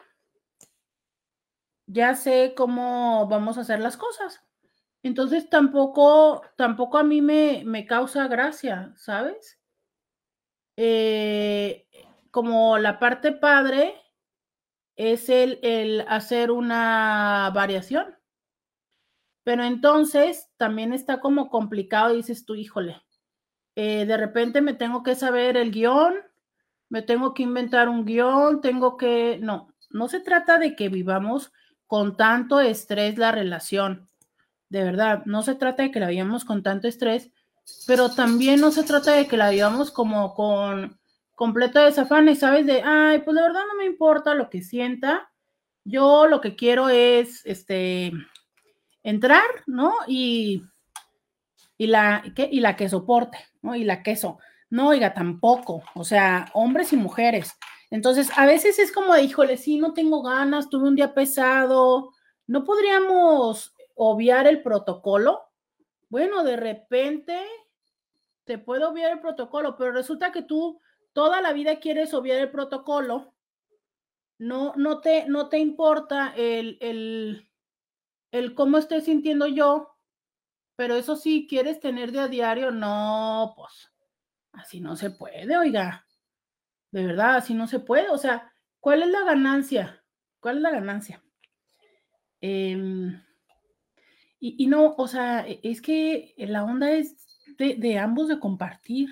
ya sé cómo vamos a hacer las cosas. Entonces tampoco a mí me causa gracia, ¿sabes? como la parte padre es el hacer una variación. Pero entonces también está como complicado, dices tú, híjole, de repente me tengo que saber el guión, me tengo que inventar un guión, no se trata de que vivamos con tanto estrés la relación, de verdad, no se trata de que la vivamos con tanto estrés, pero también no se trata de que la vivamos como con completa desafane, ¿sabes? De, ay, pues la verdad no me importa lo que sienta, yo lo que quiero es, entrar, ¿no? Y la que soporte, ¿no? Y la queso. No, oiga, tampoco. O sea, hombres y mujeres. Entonces, a veces es como, híjole, sí, no tengo ganas, tuve un día pesado. ¿No podríamos obviar el protocolo? Bueno, de repente te puedo obviar el protocolo, pero resulta que tú toda la vida quieres obviar el protocolo. No te importa el cómo estoy sintiendo yo, pero eso sí, ¿quieres tener de a diario? No, pues así no se puede, oiga, de verdad, así no se puede. O sea, ¿cuál es la ganancia? ¿Cuál es la ganancia? Em, y no, o sea, es que la onda es de ambos de compartir.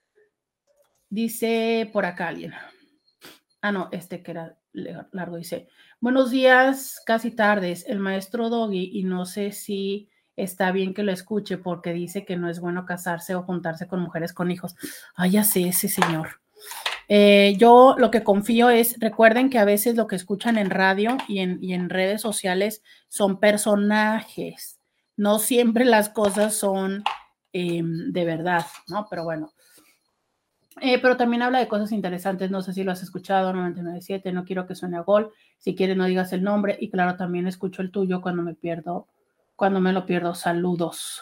Dice por acá alguien. Ah, no, que era largo, dice, buenos días, casi tardes, el maestro Doggy, y no sé si está bien que lo escuche porque dice que no es bueno casarse o juntarse con mujeres con hijos. Ay, ya sé, ese señor. Yo lo que confío es, recuerden que a veces lo que escuchan en radio y en redes sociales son personajes, no siempre las cosas son de verdad, ¿no? Pero bueno, pero también habla de cosas interesantes, no sé si lo has escuchado, 99.7, no quiero que suene a gol, si quieres no digas el nombre, y claro, también escucho el tuyo cuando me lo pierdo, saludos,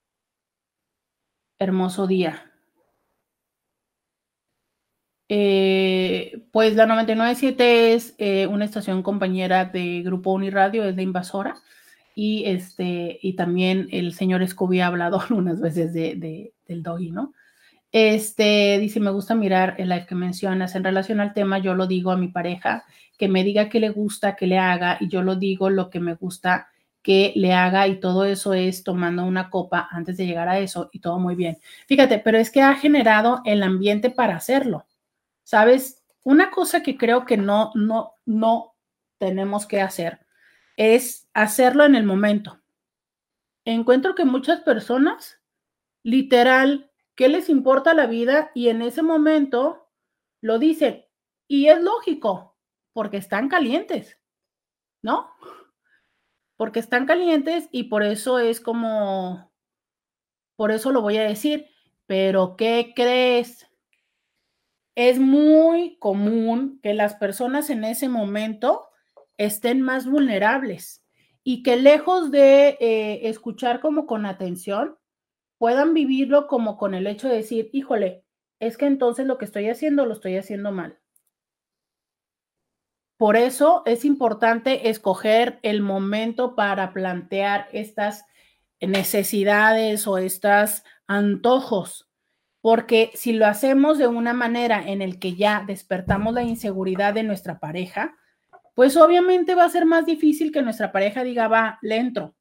hermoso día. Pues la 99.7 es una estación compañera de Grupo Uniradio, es de Invasora, y también el señor Scooby ha hablado algunas veces del Doggy, ¿no? Dice, me gusta mirar el live que mencionas. En relación al tema, yo lo digo a mi pareja, que me diga qué le gusta que le haga, y yo lo digo lo que me gusta que le haga, y todo eso es tomando una copa antes de llegar a eso, y todo muy bien. Fíjate, pero es que ha generado el ambiente para hacerlo, ¿sabes? Una cosa que creo que no tenemos que hacer es hacerlo en el momento. Encuentro que muchas personas literal, ¿qué les importa la vida? Y en ese momento lo dicen. Y es lógico, porque están calientes, ¿no? Porque están calientes y por eso es como, por eso lo voy a decir. Pero ¿qué crees? Es muy común que las personas en ese momento estén más vulnerables y que lejos de escuchar como con atención, puedan vivirlo como con el hecho de decir, híjole, es que entonces lo que estoy haciendo lo estoy haciendo mal. Por eso es importante escoger el momento para plantear estas necesidades o estos antojos, porque si lo hacemos de una manera en el que ya despertamos la inseguridad de nuestra pareja, pues obviamente va a ser más difícil que nuestra pareja diga, va, le entro.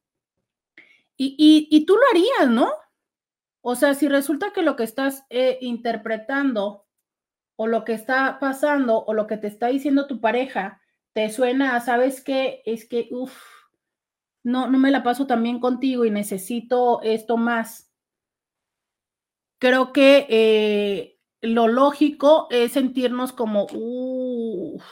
Y tú lo harías, ¿no? O sea, si resulta que lo que estás interpretando o lo que está pasando o lo que te está diciendo tu pareja te suena a, ¿sabes qué? Es que, uff, no me la paso tan bien contigo y necesito esto más. Creo que lo lógico es sentirnos como, uff,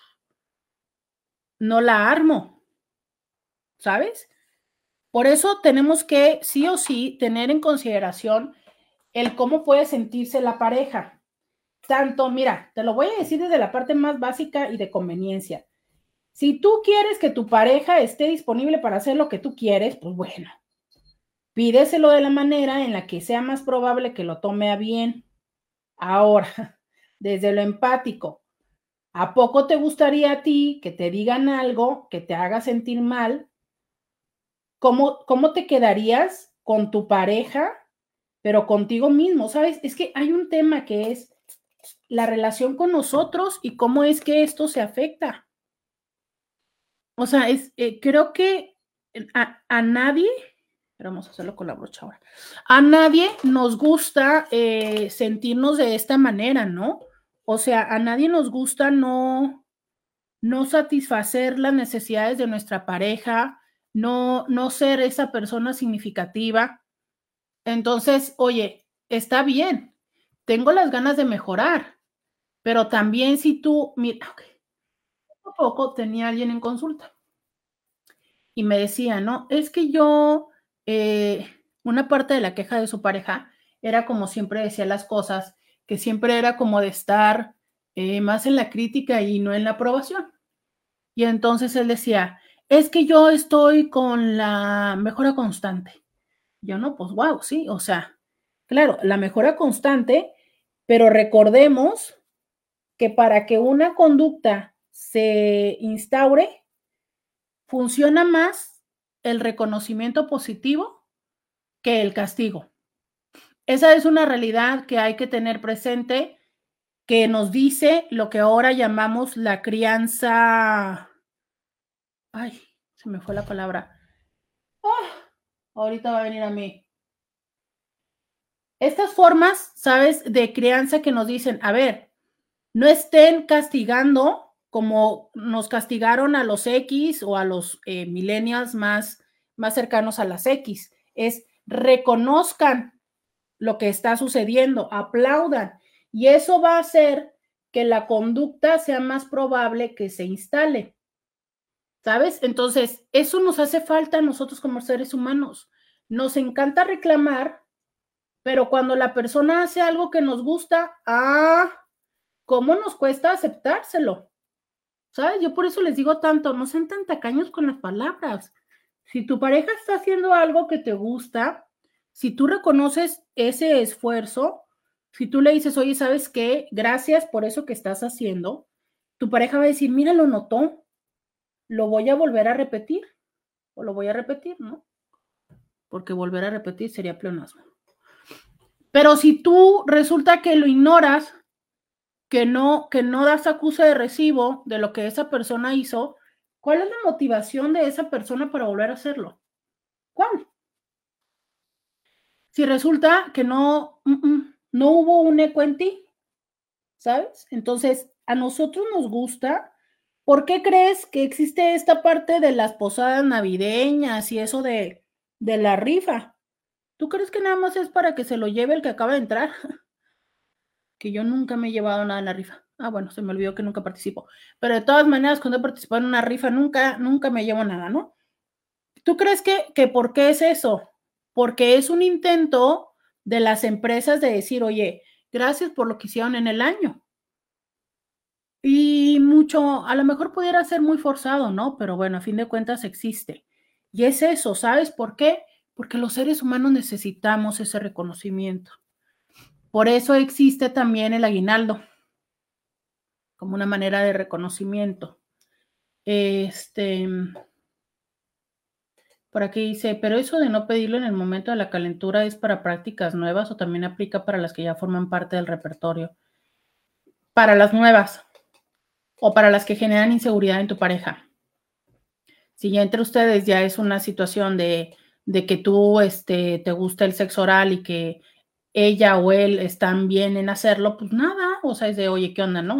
no la armo, ¿sabes? Por eso tenemos que sí o sí tener en consideración el cómo puede sentirse la pareja. Tanto, mira, te lo voy a decir desde la parte más básica y de conveniencia. Si tú quieres que tu pareja esté disponible para hacer lo que tú quieres, pues bueno, pídeselo de la manera en la que sea más probable que lo tome a bien. Ahora, desde lo empático, ¿a poco te gustaría a ti que te digan algo que te haga sentir mal? ¿Cómo te quedarías con tu pareja, pero contigo mismo? ¿Sabes? Es que hay un tema que es la relación con nosotros y cómo es que esto se afecta. O sea, creo que a nadie, pero vamos a hacerlo con la brocha ahora, a nadie nos gusta sentirnos de esta manera, ¿no? O sea, a nadie nos gusta no satisfacer las necesidades de nuestra pareja, no ser esa persona significativa. Entonces, oye, está bien, tengo las ganas de mejorar, pero también si tú, mira, okay, poco a poco tenía alguien en consulta y me decía, no, es que yo, una parte de la queja de su pareja era como siempre decía las cosas, que siempre era como de estar más en la crítica y no en la aprobación. Y entonces él decía, es que yo estoy con la mejora constante. Yo no, pues wow, sí, o sea, claro, la mejora constante, pero recordemos que para que una conducta se instaure, funciona más el reconocimiento positivo que el castigo. Esa es una realidad que hay que tener presente, que nos dice lo que ahora llamamos la crianza. Ay, se me fue la palabra. Ahorita va a venir a mí. Estas formas, ¿sabes?, de crianza que nos dicen, a ver, no estén castigando como nos castigaron a los X o a los millennials más cercanos a las X. Es reconozcan lo que está sucediendo, aplaudan. Y eso va a hacer que la conducta sea más probable que se instale. ¿Sabes? Entonces, eso nos hace falta a nosotros como seres humanos. Nos encanta reclamar, pero cuando la persona hace algo que nos gusta, ¿cómo nos cuesta aceptárselo? ¿Sabes? Yo por eso les digo tanto, no sean tan tacaños con las palabras. Si tu pareja está haciendo algo que te gusta, si tú reconoces ese esfuerzo, si tú le dices, oye, ¿sabes qué? Gracias por eso que estás haciendo, tu pareja va a decir, mira, lo notó, lo voy a volver a repetir, o lo voy a repetir, ¿no? Porque volver a repetir sería pleonasmo. Pero si tú resulta que lo ignoras, que no das acuse de recibo de lo que esa persona hizo, ¿cuál es la motivación de esa persona para volver a hacerlo? ¿Cuál? Si resulta que no hubo un eco en ti, ¿sabes? Entonces, a nosotros nos gusta. ¿Por qué crees que existe esta parte de las posadas navideñas y eso de la rifa? ¿Tú crees que nada más es para que se lo lleve el que acaba de entrar? Que yo nunca me he llevado nada en la rifa. Bueno, se me olvidó que nunca participo. Pero de todas maneras, cuando he participado en una rifa, nunca me llevo nada, ¿no? ¿Tú crees que por qué es eso? Porque es un intento de las empresas de decir, oye, gracias por lo que hicieron en el año. Y mucho, a lo mejor pudiera ser muy forzado, ¿no? Pero bueno, a fin de cuentas existe. Y es eso, ¿sabes por qué? Porque los seres humanos necesitamos ese reconocimiento. Por eso existe también el aguinaldo, como una manera de reconocimiento. Por aquí dice, pero eso de no pedirlo en el momento de la calentura es para prácticas nuevas o también aplica para las que ya forman parte del repertorio. Para las nuevas o para las que generan inseguridad en tu pareja. Si ya entre ustedes ya es una situación de que tú te gusta el sexo oral y que ella o él están bien en hacerlo, pues nada, o sea, es de, oye, ¿qué onda, no?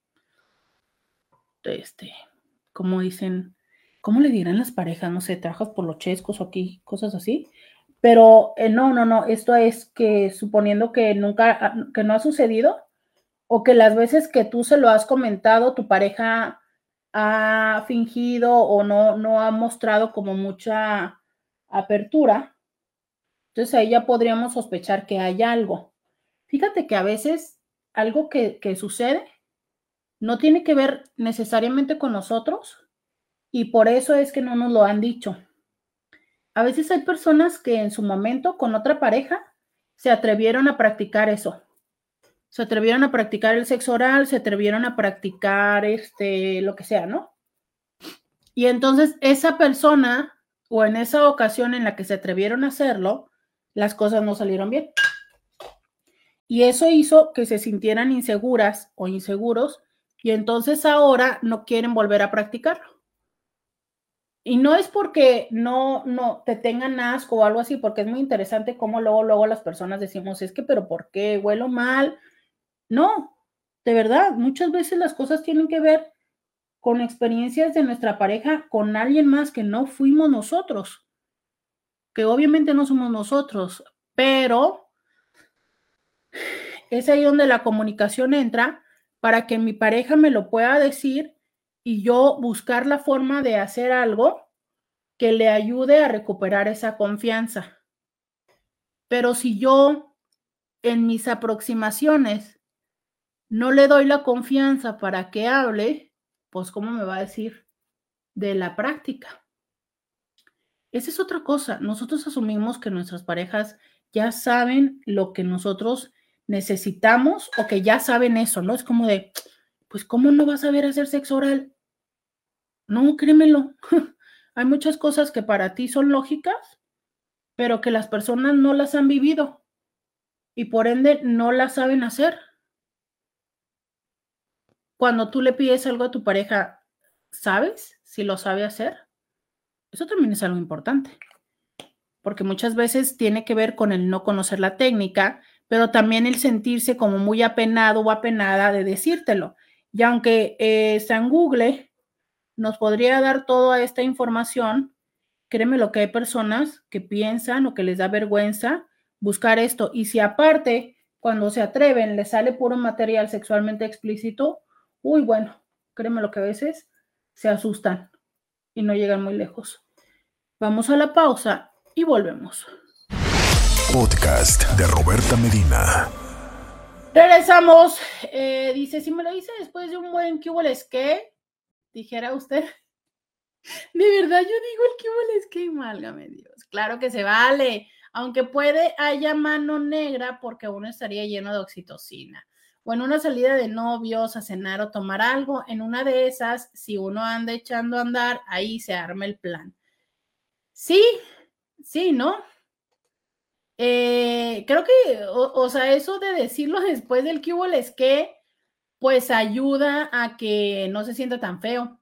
¿Cómo dicen? ¿Cómo le dirán las parejas? No sé, trabajas por los chescos o aquí, cosas así. Pero no, esto es que suponiendo que nunca, que no ha sucedido, o que las veces que tú se lo has comentado, tu pareja ha fingido o no ha mostrado como mucha apertura, entonces ahí ya podríamos sospechar que hay algo. Fíjate que a veces algo que sucede no tiene que ver necesariamente con nosotros y por eso es que no nos lo han dicho. A veces hay personas que en su momento con otra pareja se atrevieron a practicar eso. Se atrevieron a practicar el sexo oral, se atrevieron a practicar lo que sea, ¿no? Y entonces esa persona o en esa ocasión en la que se atrevieron a hacerlo, las cosas no salieron bien. Y eso hizo que se sintieran inseguras o inseguros y entonces ahora no quieren volver a practicarlo. Y no es porque no te tengan asco o algo así, porque es muy interesante cómo luego las personas decimos, es que, pero ¿por qué? ¿Huelo mal? No, de verdad, muchas veces las cosas tienen que ver con experiencias de nuestra pareja con alguien más que no fuimos nosotros, que obviamente no somos nosotros, pero es ahí donde la comunicación entra para que mi pareja me lo pueda decir y yo buscar la forma de hacer algo que le ayude a recuperar esa confianza. Pero si yo en mis aproximaciones no le doy la confianza para que hable, pues ¿cómo me va a decir de la práctica? Esa es otra cosa. Nosotros asumimos que nuestras parejas ya saben lo que nosotros necesitamos o que ya saben eso, ¿no? Es como de, pues, ¿cómo no vas a saber hacer sexo oral? No, créemelo. Hay muchas cosas que para ti son lógicas, pero que las personas no las han vivido y por ende no las saben hacer. Cuando tú le pides algo a tu pareja, ¿sabes si lo sabe hacer? Eso también es algo importante, porque muchas veces tiene que ver con el no conocer la técnica, pero también el sentirse como muy apenado o apenada de decírtelo. Y aunque está en Google, nos podría dar toda esta información, créeme lo que hay personas que piensan o que les da vergüenza buscar esto. Y si aparte, cuando se atreven, les sale puro material sexualmente explícito, uy, bueno, créeme lo que a veces se asustan y no llegan muy lejos. Vamos a la pausa y volvemos. Podcast de Roberta Medina. Regresamos. Dice, si me lo dice después de un buen ¿qué hubo les qué? Dijera usted. De verdad, yo digo el ¿qué hubo les qué? Válgame Dios. Claro que se vale. Aunque puede haya mano negra porque uno estaría lleno de oxitocina. O en una salida de novios a cenar o tomar algo, en una de esas, si uno anda echando a andar, ahí se arma el plan. Sí, sí, ¿no? Creo que, o sea, eso de decirlo después del que hubo les que, pues ayuda a que no se sienta tan feo.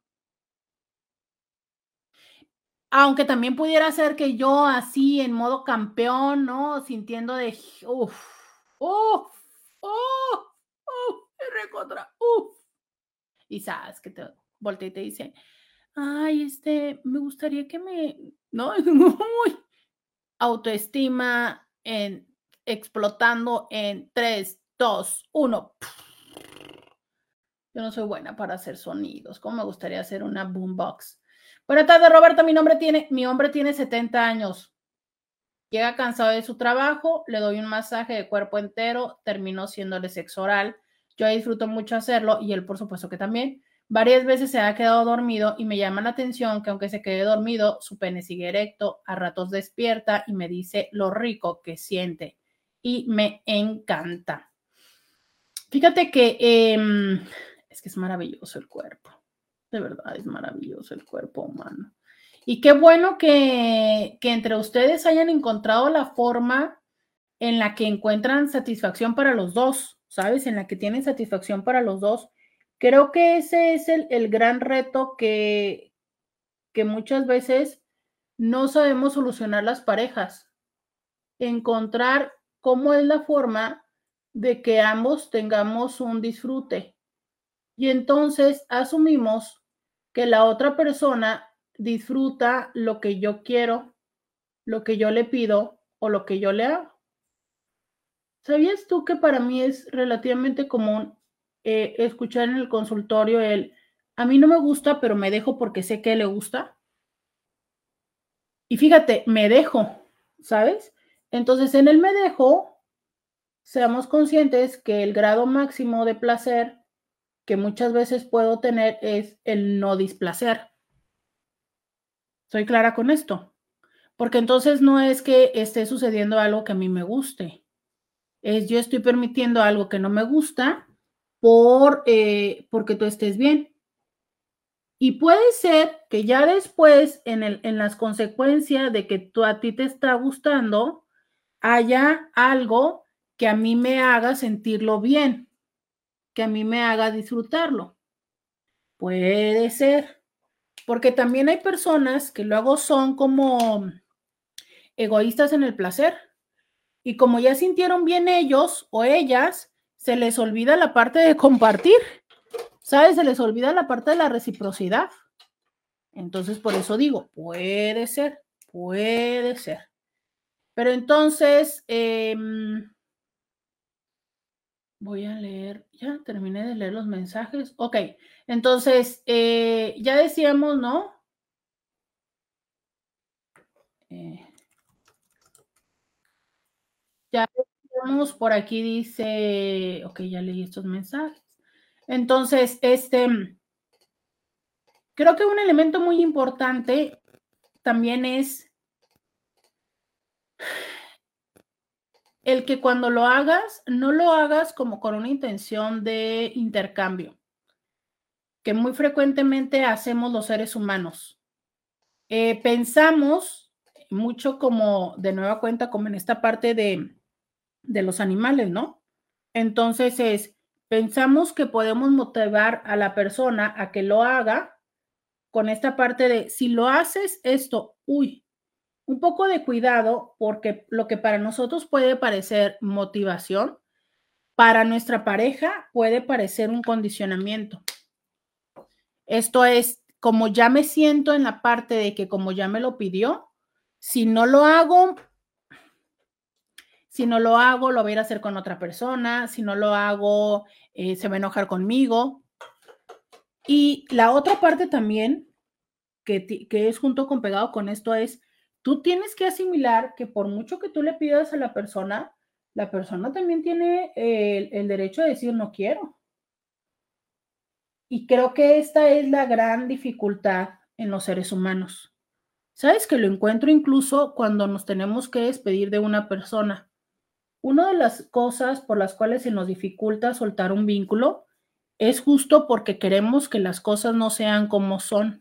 Aunque también pudiera ser que yo así en modo campeón, ¿no? Sintiendo de, uff, uff, uff, uff, recontra, uff. Y sabes que te voltea y te dice, ay, me gustaría que me, ¿no? Uy, autoestima en explotando en 3, 2, 1. Yo no soy buena para hacer sonidos. ¿Cómo me gustaría hacer una boombox? Buenas tardes, Roberta. Mi hombre tiene 70 años. Llega cansado de su trabajo, le doy un masaje de cuerpo entero, terminó siéndole sexo oral. Yo disfruto mucho hacerlo y él, por supuesto que también. Varias veces se ha quedado dormido y me llama la atención que aunque se quede dormido, su pene sigue erecto, a ratos despierta y me dice lo rico que siente. Y me encanta. Fíjate que es que es maravilloso el cuerpo. De verdad, es maravilloso el cuerpo humano. Y qué bueno que entre ustedes hayan encontrado la forma en la que encuentran satisfacción para los dos, ¿sabes? En la que tienen satisfacción para los dos. Creo que ese es el gran reto que muchas veces no sabemos solucionar las parejas. Encontrar cómo es la forma de que ambos tengamos un disfrute. Y entonces asumimos que la otra persona disfruta lo que yo quiero, lo que yo le pido o lo que yo le hago. ¿Sabías tú que para mí es relativamente común escuchar en el consultorio a mí no me gusta, pero me dejo porque sé que le gusta? Y fíjate, me dejo, ¿sabes? Entonces en el me dejo, seamos conscientes que el grado máximo de placer que muchas veces puedo tener es el no displacer. Soy clara con esto, porque entonces no es que esté sucediendo algo que a mí me guste, es yo estoy permitiendo algo que no me gusta porque tú estés bien. Y puede ser que ya después, en las consecuencias de que a ti te está gustando, haya algo que a mí me haga sentirlo bien, que a mí me haga disfrutarlo. Puede ser, porque también hay personas que luego son como egoístas en el placer y como ya sintieron bien ellos o ellas, se les olvida la parte de compartir, ¿sabes? Se les olvida la parte de la reciprocidad. Entonces, por eso digo, puede ser, puede ser. Pero entonces, voy a leer, ya terminé de leer los mensajes. Ok, entonces, ya decíamos, ¿no? Ya decíamos, por aquí dice, ok, ya leí estos mensajes. Entonces, creo que un elemento muy importante también es el que cuando lo hagas, no lo hagas como con una intención de intercambio, que muy frecuentemente hacemos los seres humanos. Pensamos mucho como, de nueva cuenta, como en esta parte de los animales, ¿no? Entonces pensamos que podemos motivar a la persona a que lo haga con esta parte de, si lo haces esto, uy, un poco de cuidado, porque lo que para nosotros puede parecer motivación, para nuestra pareja puede parecer un condicionamiento. Esto es, como ya me siento en la parte de que como ya me lo pidió, si no lo hago, lo voy a ir a hacer con otra persona, si no lo hago, se va a enojar conmigo. Y la otra parte también, que es junto con pegado con esto, es, tú tienes que asimilar que por mucho que tú le pidas a la persona también tiene el derecho de decir no quiero. Y creo que esta es la gran dificultad en los seres humanos. ¿Sabes que lo encuentro incluso cuando nos tenemos que despedir de una persona? Una de las cosas por las cuales se nos dificulta soltar un vínculo es justo porque queremos que las cosas no sean como son.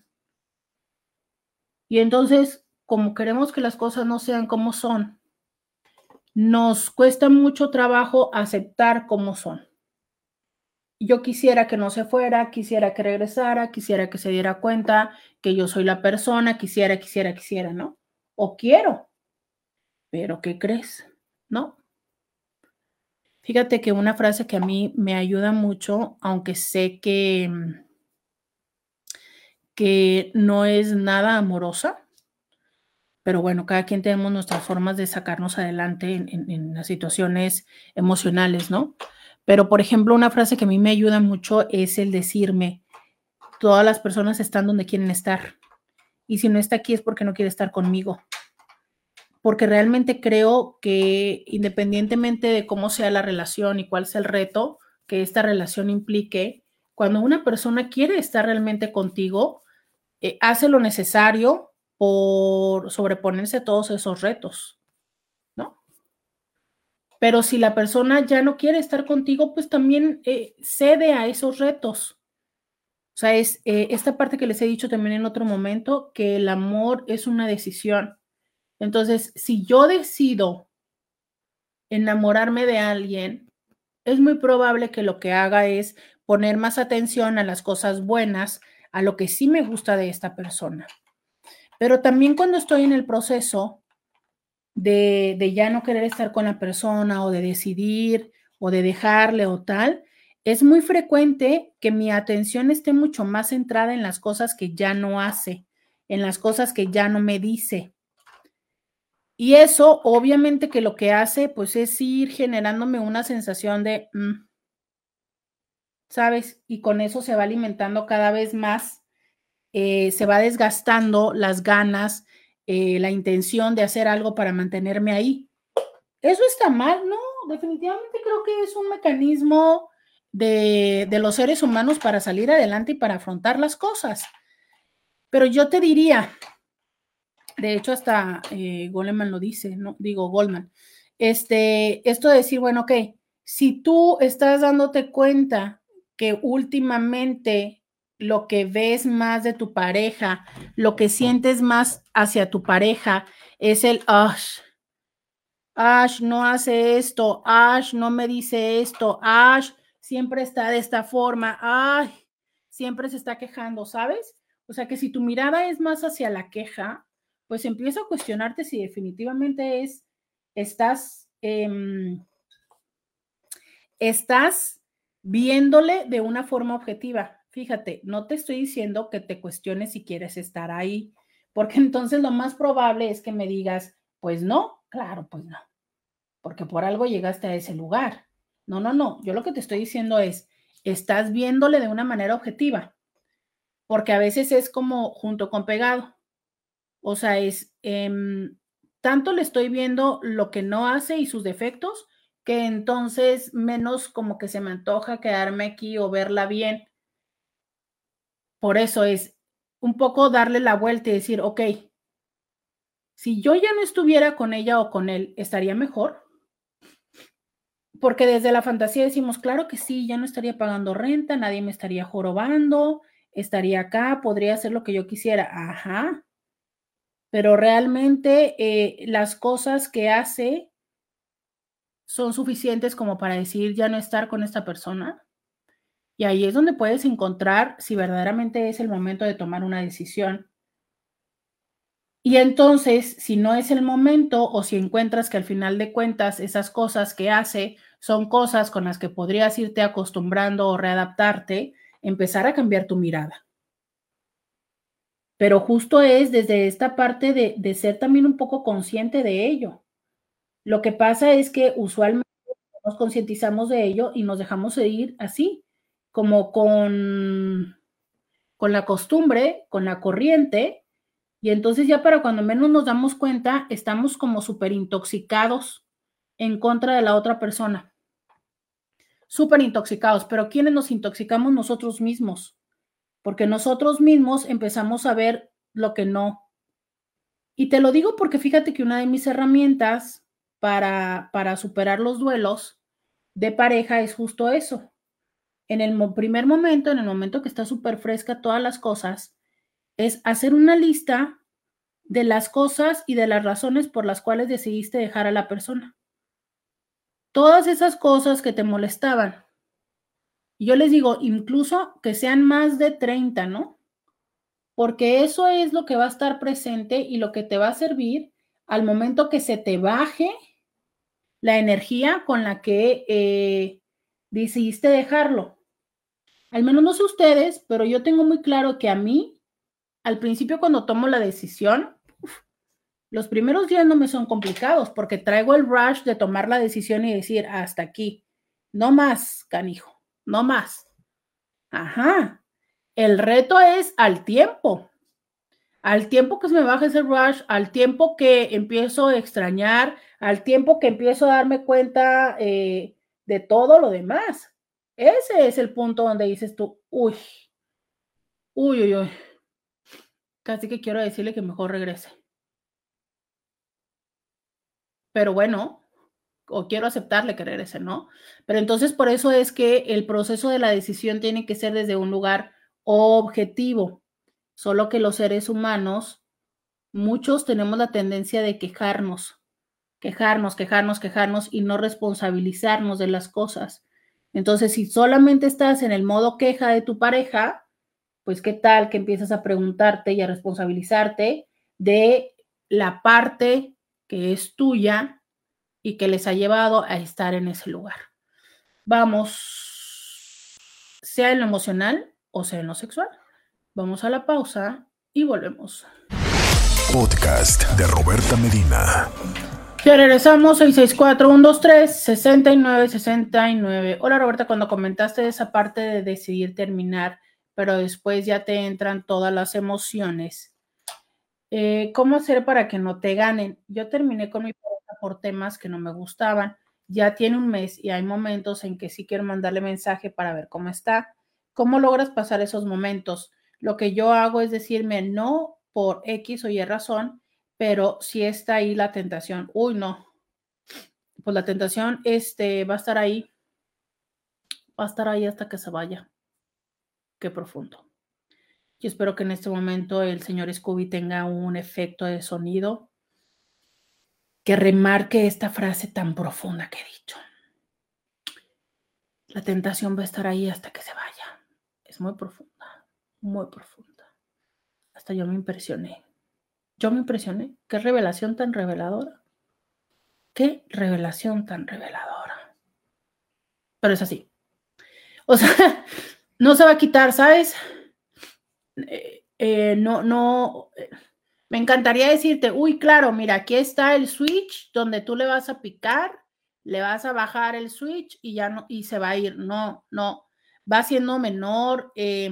Y entonces, como queremos que las cosas no sean como son, nos cuesta mucho trabajo aceptar como son. Yo quisiera que no se fuera, quisiera que regresara, quisiera que se diera cuenta que yo soy la persona, quisiera, ¿no? O quiero, pero ¿qué crees? ¿No? Fíjate que una frase que a mí me ayuda mucho, aunque sé que no es nada amorosa, pero bueno, cada quien tenemos nuestras formas de sacarnos adelante en las situaciones emocionales, ¿no? Pero, por ejemplo, una frase que a mí me ayuda mucho es el decirme, todas las personas están donde quieren estar. Y si no está aquí es porque no quiere estar conmigo. Porque realmente creo que independientemente de cómo sea la relación y cuál sea el reto que esta relación implique, cuando una persona quiere estar realmente contigo, hace lo necesario por sobreponerse a todos esos retos, ¿no? Pero si la persona ya no quiere estar contigo, pues también cede a esos retos. O sea, es esta parte que les he dicho también en otro momento, que el amor es una decisión. Entonces, si yo decido enamorarme de alguien, es muy probable que lo que haga es poner más atención a las cosas buenas, a lo que sí me gusta de esta persona. Pero también cuando estoy en el proceso de ya no querer estar con la persona o de decidir o de dejarle o tal, es muy frecuente que mi atención esté mucho más centrada en las cosas que ya no hace, en las cosas que ya no me dice. Y eso obviamente que lo que hace pues es ir generándome una sensación de, ¿sabes? Y con eso se va alimentando cada vez más, se va desgastando las ganas, la intención de hacer algo para mantenerme ahí. Eso está mal, ¿no? Definitivamente creo que es un mecanismo de los seres humanos para salir adelante y para afrontar las cosas. Pero yo te diría, de hecho hasta Goleman lo dice, ¿no? Digo, Goldman, esto de decir, bueno, ok, si tú estás dándote cuenta que últimamente lo que ves más de tu pareja, lo que sientes más hacia tu pareja es el, Ash no hace esto, Ash no me dice esto, Ash siempre está de esta forma, ay, siempre se está quejando, ¿sabes? O sea que si tu mirada es más hacia la queja, pues empiezo a cuestionarte si definitivamente estás viéndole de una forma objetiva. Fíjate, no te estoy diciendo que te cuestiones si quieres estar ahí, porque entonces lo más probable es que me digas, pues no, claro, pues no, porque por algo llegaste a ese lugar. No, no, no, yo lo que te estoy diciendo es, estás viéndole de una manera objetiva, porque a veces es como junto con pegado, o sea, tanto le estoy viendo lo que no hace y sus defectos, que entonces menos como que se me antoja quedarme aquí o verla bien. Por eso es un poco darle la vuelta y decir, ok, si yo ya no estuviera con ella o con él, ¿estaría mejor? Porque desde la fantasía decimos, claro que sí, ya no estaría pagando renta, nadie me estaría jorobando, estaría acá, podría hacer lo que yo quisiera. Ajá, pero realmente las cosas que hace son suficientes como para decir ya no estar con esta persona. Y ahí es donde puedes encontrar si verdaderamente es el momento de tomar una decisión. Y entonces, si no es el momento o si encuentras que al final de cuentas esas cosas que hace son cosas con las que podrías irte acostumbrando o readaptarte, empezar a cambiar tu mirada. Pero justo es desde esta parte de ser también un poco consciente de ello. Lo que pasa es que usualmente nos concientizamos de ello y nos dejamos de ir así, como con la costumbre, con la corriente, y entonces ya para cuando menos nos damos cuenta, estamos como súper intoxicados en contra de la otra persona. Súper intoxicados, pero ¿quiénes nos intoxicamos? Nosotros mismos, porque nosotros mismos empezamos a ver lo que no. Y te lo digo porque fíjate que una de mis herramientas para superar los duelos de pareja es justo eso. En el primer momento, en el momento que está súper fresca todas las cosas, es hacer una lista de las cosas y de las razones por las cuales decidiste dejar a la persona. Todas esas cosas que te molestaban. Y yo les digo, incluso que sean más de 30, ¿no? Porque eso es lo que va a estar presente y lo que te va a servir al momento que se te baje la energía con la que decidiste dejarlo. Al menos no sé ustedes, pero yo tengo muy claro que a mí, al principio cuando tomo la decisión, los primeros días no me son complicados porque traigo el rush de tomar la decisión y decir, hasta aquí, no más, canijo, no más. Ajá. El reto es al tiempo que se me baja ese rush, al tiempo que empiezo a extrañar, al tiempo que empiezo a darme cuenta de todo lo demás. Ese es el punto donde dices tú, uy, uy, uy, uy, casi que quiero decirle que mejor regrese. Pero bueno, o quiero aceptarle que regrese, ¿no? Pero entonces por eso es que el proceso de la decisión tiene que ser desde un lugar objetivo. Solo que los seres humanos, muchos tenemos la tendencia de quejarnos, quejarnos, quejarnos, quejarnos y no responsabilizarnos de las cosas. Entonces, si solamente estás en el modo queja de tu pareja, pues qué tal que empiezas a preguntarte y a responsabilizarte de la parte que es tuya y que les ha llevado a estar en ese lugar. Vamos, sea en lo emocional o sea en lo sexual. Vamos a la pausa y volvemos. Podcast de Roberta Medina. Ya regresamos, 664-123-6969. Hola Roberta, cuando comentaste esa parte de decidir terminar, pero después ya te entran todas las emociones. ¿Cómo hacer para que no te ganen? Yo terminé con mi pareja por temas que no me gustaban. Ya tiene un mes y hay momentos en que sí quiero mandarle mensaje para ver cómo está. ¿Cómo logras pasar esos momentos? Lo que yo hago es decirme no por X o Y razón, pero sí está ahí la tentación. Uy, no, pues la tentación va a estar ahí hasta que se vaya. Qué profundo. Yo espero que en este momento el señor Scooby tenga un efecto de sonido que remarque esta frase tan profunda que he dicho. La tentación va a estar ahí hasta que se vaya. Es muy profunda, muy profunda. Hasta yo me impresioné. Yo me impresioné. Qué revelación tan reveladora. Qué revelación tan reveladora. Pero es así. O sea, no se va a quitar, ¿sabes? No. Me encantaría decirte, uy, claro, mira, aquí está el switch donde tú le vas a picar, le vas a bajar el switch y ya no, y se va a ir. No, va siendo menor.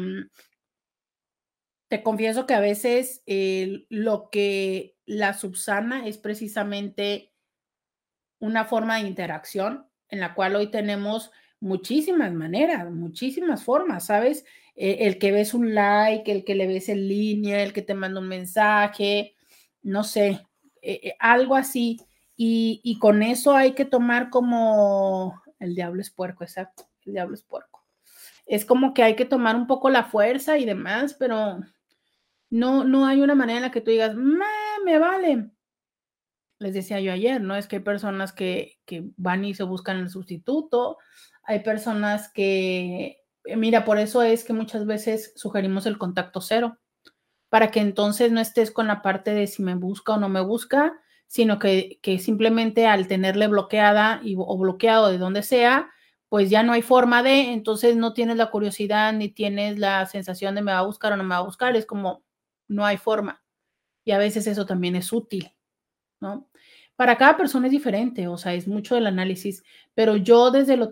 Te confieso que a veces lo que la subsana es precisamente una forma de interacción en la cual hoy tenemos muchísimas maneras, muchísimas formas, ¿sabes? El que ves un like, el que le ves en línea, el que te manda un mensaje, no sé, algo así. Y con eso hay que tomar como, el diablo es puerco, exacto, el diablo es puerco. Es como que hay que tomar un poco la fuerza y demás, pero no hay una manera en la que tú digas, me vale. Les decía yo ayer, ¿no? Es que hay personas que van y se buscan el sustituto, hay personas que, mira, por eso es que muchas veces sugerimos el contacto cero, para que entonces no estés con la parte de si me busca o no me busca, sino que simplemente al tenerle bloqueada o bloqueado de donde sea, pues ya no hay forma de, entonces no tienes la curiosidad ni tienes la sensación de me va a buscar o no me va a buscar, es como no hay forma. Y a veces eso también es útil, ¿no? Para cada persona es diferente, o sea, es mucho el análisis, pero yo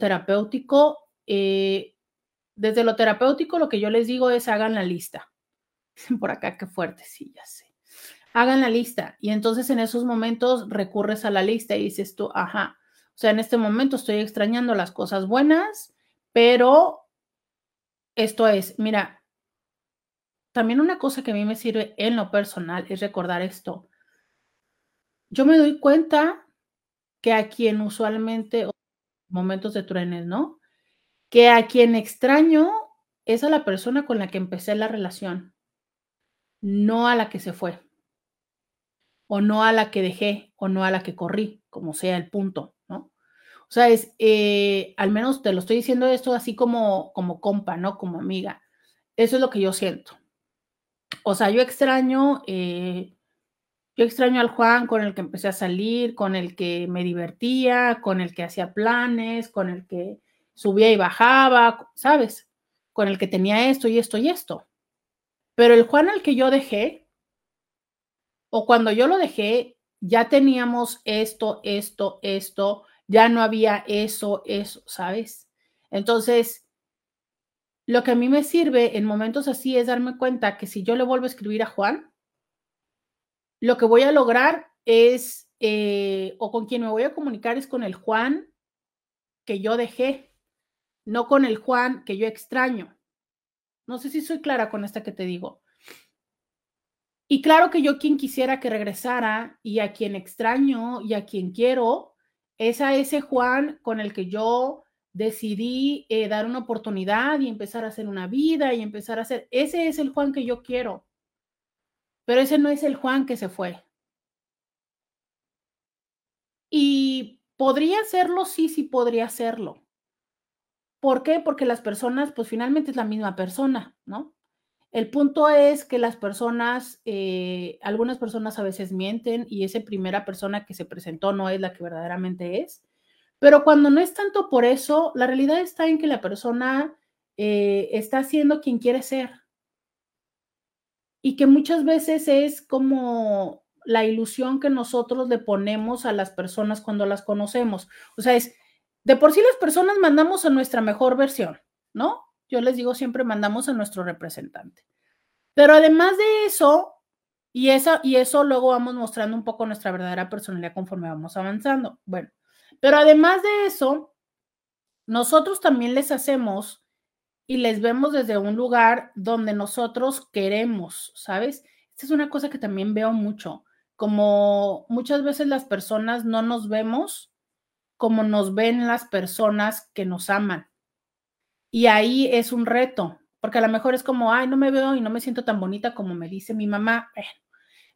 desde lo terapéutico lo que yo les digo es hagan la lista. Por acá, qué fuerte, sí, ya sé. Hagan la lista y entonces en esos momentos recurres a la lista y dices tú, ajá, o sea, en este momento estoy extrañando las cosas buenas, pero esto es, mira, también una cosa que a mí me sirve en lo personal es recordar esto. Yo me doy cuenta que a quien usualmente momentos de truenes, ¿no? Que a quien extraño es a la persona con la que empecé la relación, no a la que se fue, o no a la que dejé, o no a la que corrí, como sea el punto, ¿no? O sea, al menos te lo estoy diciendo esto así como compa, ¿no? Como amiga. Eso es lo que yo siento. O sea, yo extraño al Juan con el que empecé a salir, con el que me divertía, con el que hacía planes, con el que subía y bajaba, ¿sabes? Con el que tenía esto y esto y esto. Pero el Juan al que yo dejé, o cuando yo lo dejé, ya teníamos esto, ya no había eso, ¿sabes? Entonces, lo que a mí me sirve en momentos así es darme cuenta que si yo le vuelvo a escribir a Juan, lo que voy a lograr es, o con quien me voy a comunicar es con el Juan que yo dejé, no con el Juan que yo extraño. No sé si soy clara con esta que te digo. Y claro que yo quien quisiera que regresara y a quien extraño y a quien quiero es a ese Juan con el que yo decidí dar una oportunidad y empezar a hacer una vida y empezar a hacer. Ese es el Juan que yo quiero, pero ese no es el Juan que se fue. Y podría serlo, sí podría serlo. ¿Por qué? Porque las personas, pues finalmente es la misma persona, ¿no? El punto es que las personas, algunas personas a veces mienten y esa primera persona que se presentó no es la que verdaderamente es. Pero cuando no es tanto por eso, la realidad está en que la persona está siendo quien quiere ser y que muchas veces es como la ilusión que nosotros le ponemos a las personas cuando las conocemos. O sea, de por sí las personas mandamos a nuestra mejor versión, ¿no? Yo les digo siempre mandamos a nuestro representante. Pero además de eso, y eso luego vamos mostrando un poco nuestra verdadera personalidad conforme vamos avanzando. Bueno, pero además de eso, nosotros también les hacemos y les vemos desde un lugar donde nosotros queremos, ¿sabes? Esta es una cosa que también veo mucho, como muchas veces las personas no nos vemos como nos ven las personas que nos aman. Y ahí es un reto, porque a lo mejor es como, ay, no me veo y no me siento tan bonita como me dice mi mamá.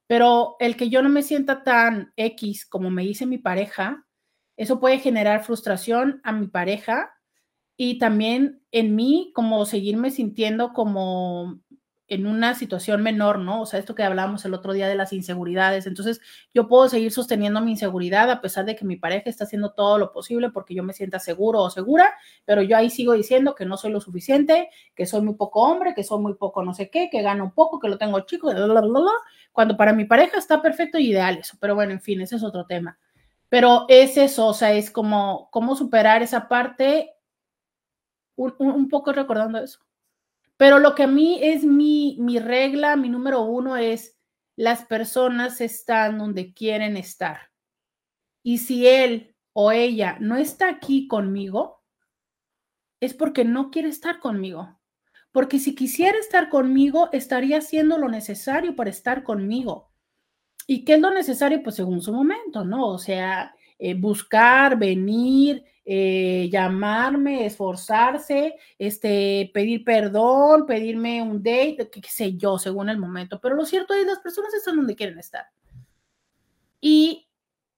Pero el que yo no me sienta tan X como me dice mi pareja, eso puede generar frustración a mi pareja y también en mí como seguirme sintiendo como en una situación menor, ¿no? O sea, esto que hablábamos el otro día de las inseguridades. Entonces, yo puedo seguir sosteniendo mi inseguridad a pesar de que mi pareja está haciendo todo lo posible porque yo me sienta seguro o segura, pero yo ahí sigo diciendo que no soy lo suficiente, que soy muy poco hombre, que soy muy poco no sé qué, que gano poco, que lo tengo chico, bla, bla, bla, bla, cuando para mi pareja está perfecto y ideal eso. Pero bueno, en fin, ese es otro tema. Pero es eso, o sea, es como cómo superar esa parte un poco recordando eso. Pero lo que a mí es mi regla, mi número uno es las personas están donde quieren estar. Y si él o ella no está aquí conmigo, es porque no quiere estar conmigo. Porque si quisiera estar conmigo, estaría haciendo lo necesario para estar conmigo. ¿Y qué es lo necesario? Pues según su momento, ¿no? O sea, buscar, venir, llamarme, esforzarse, pedir perdón, pedirme un date, qué sé yo, según el momento. Pero lo cierto es, las personas están donde quieren estar. Y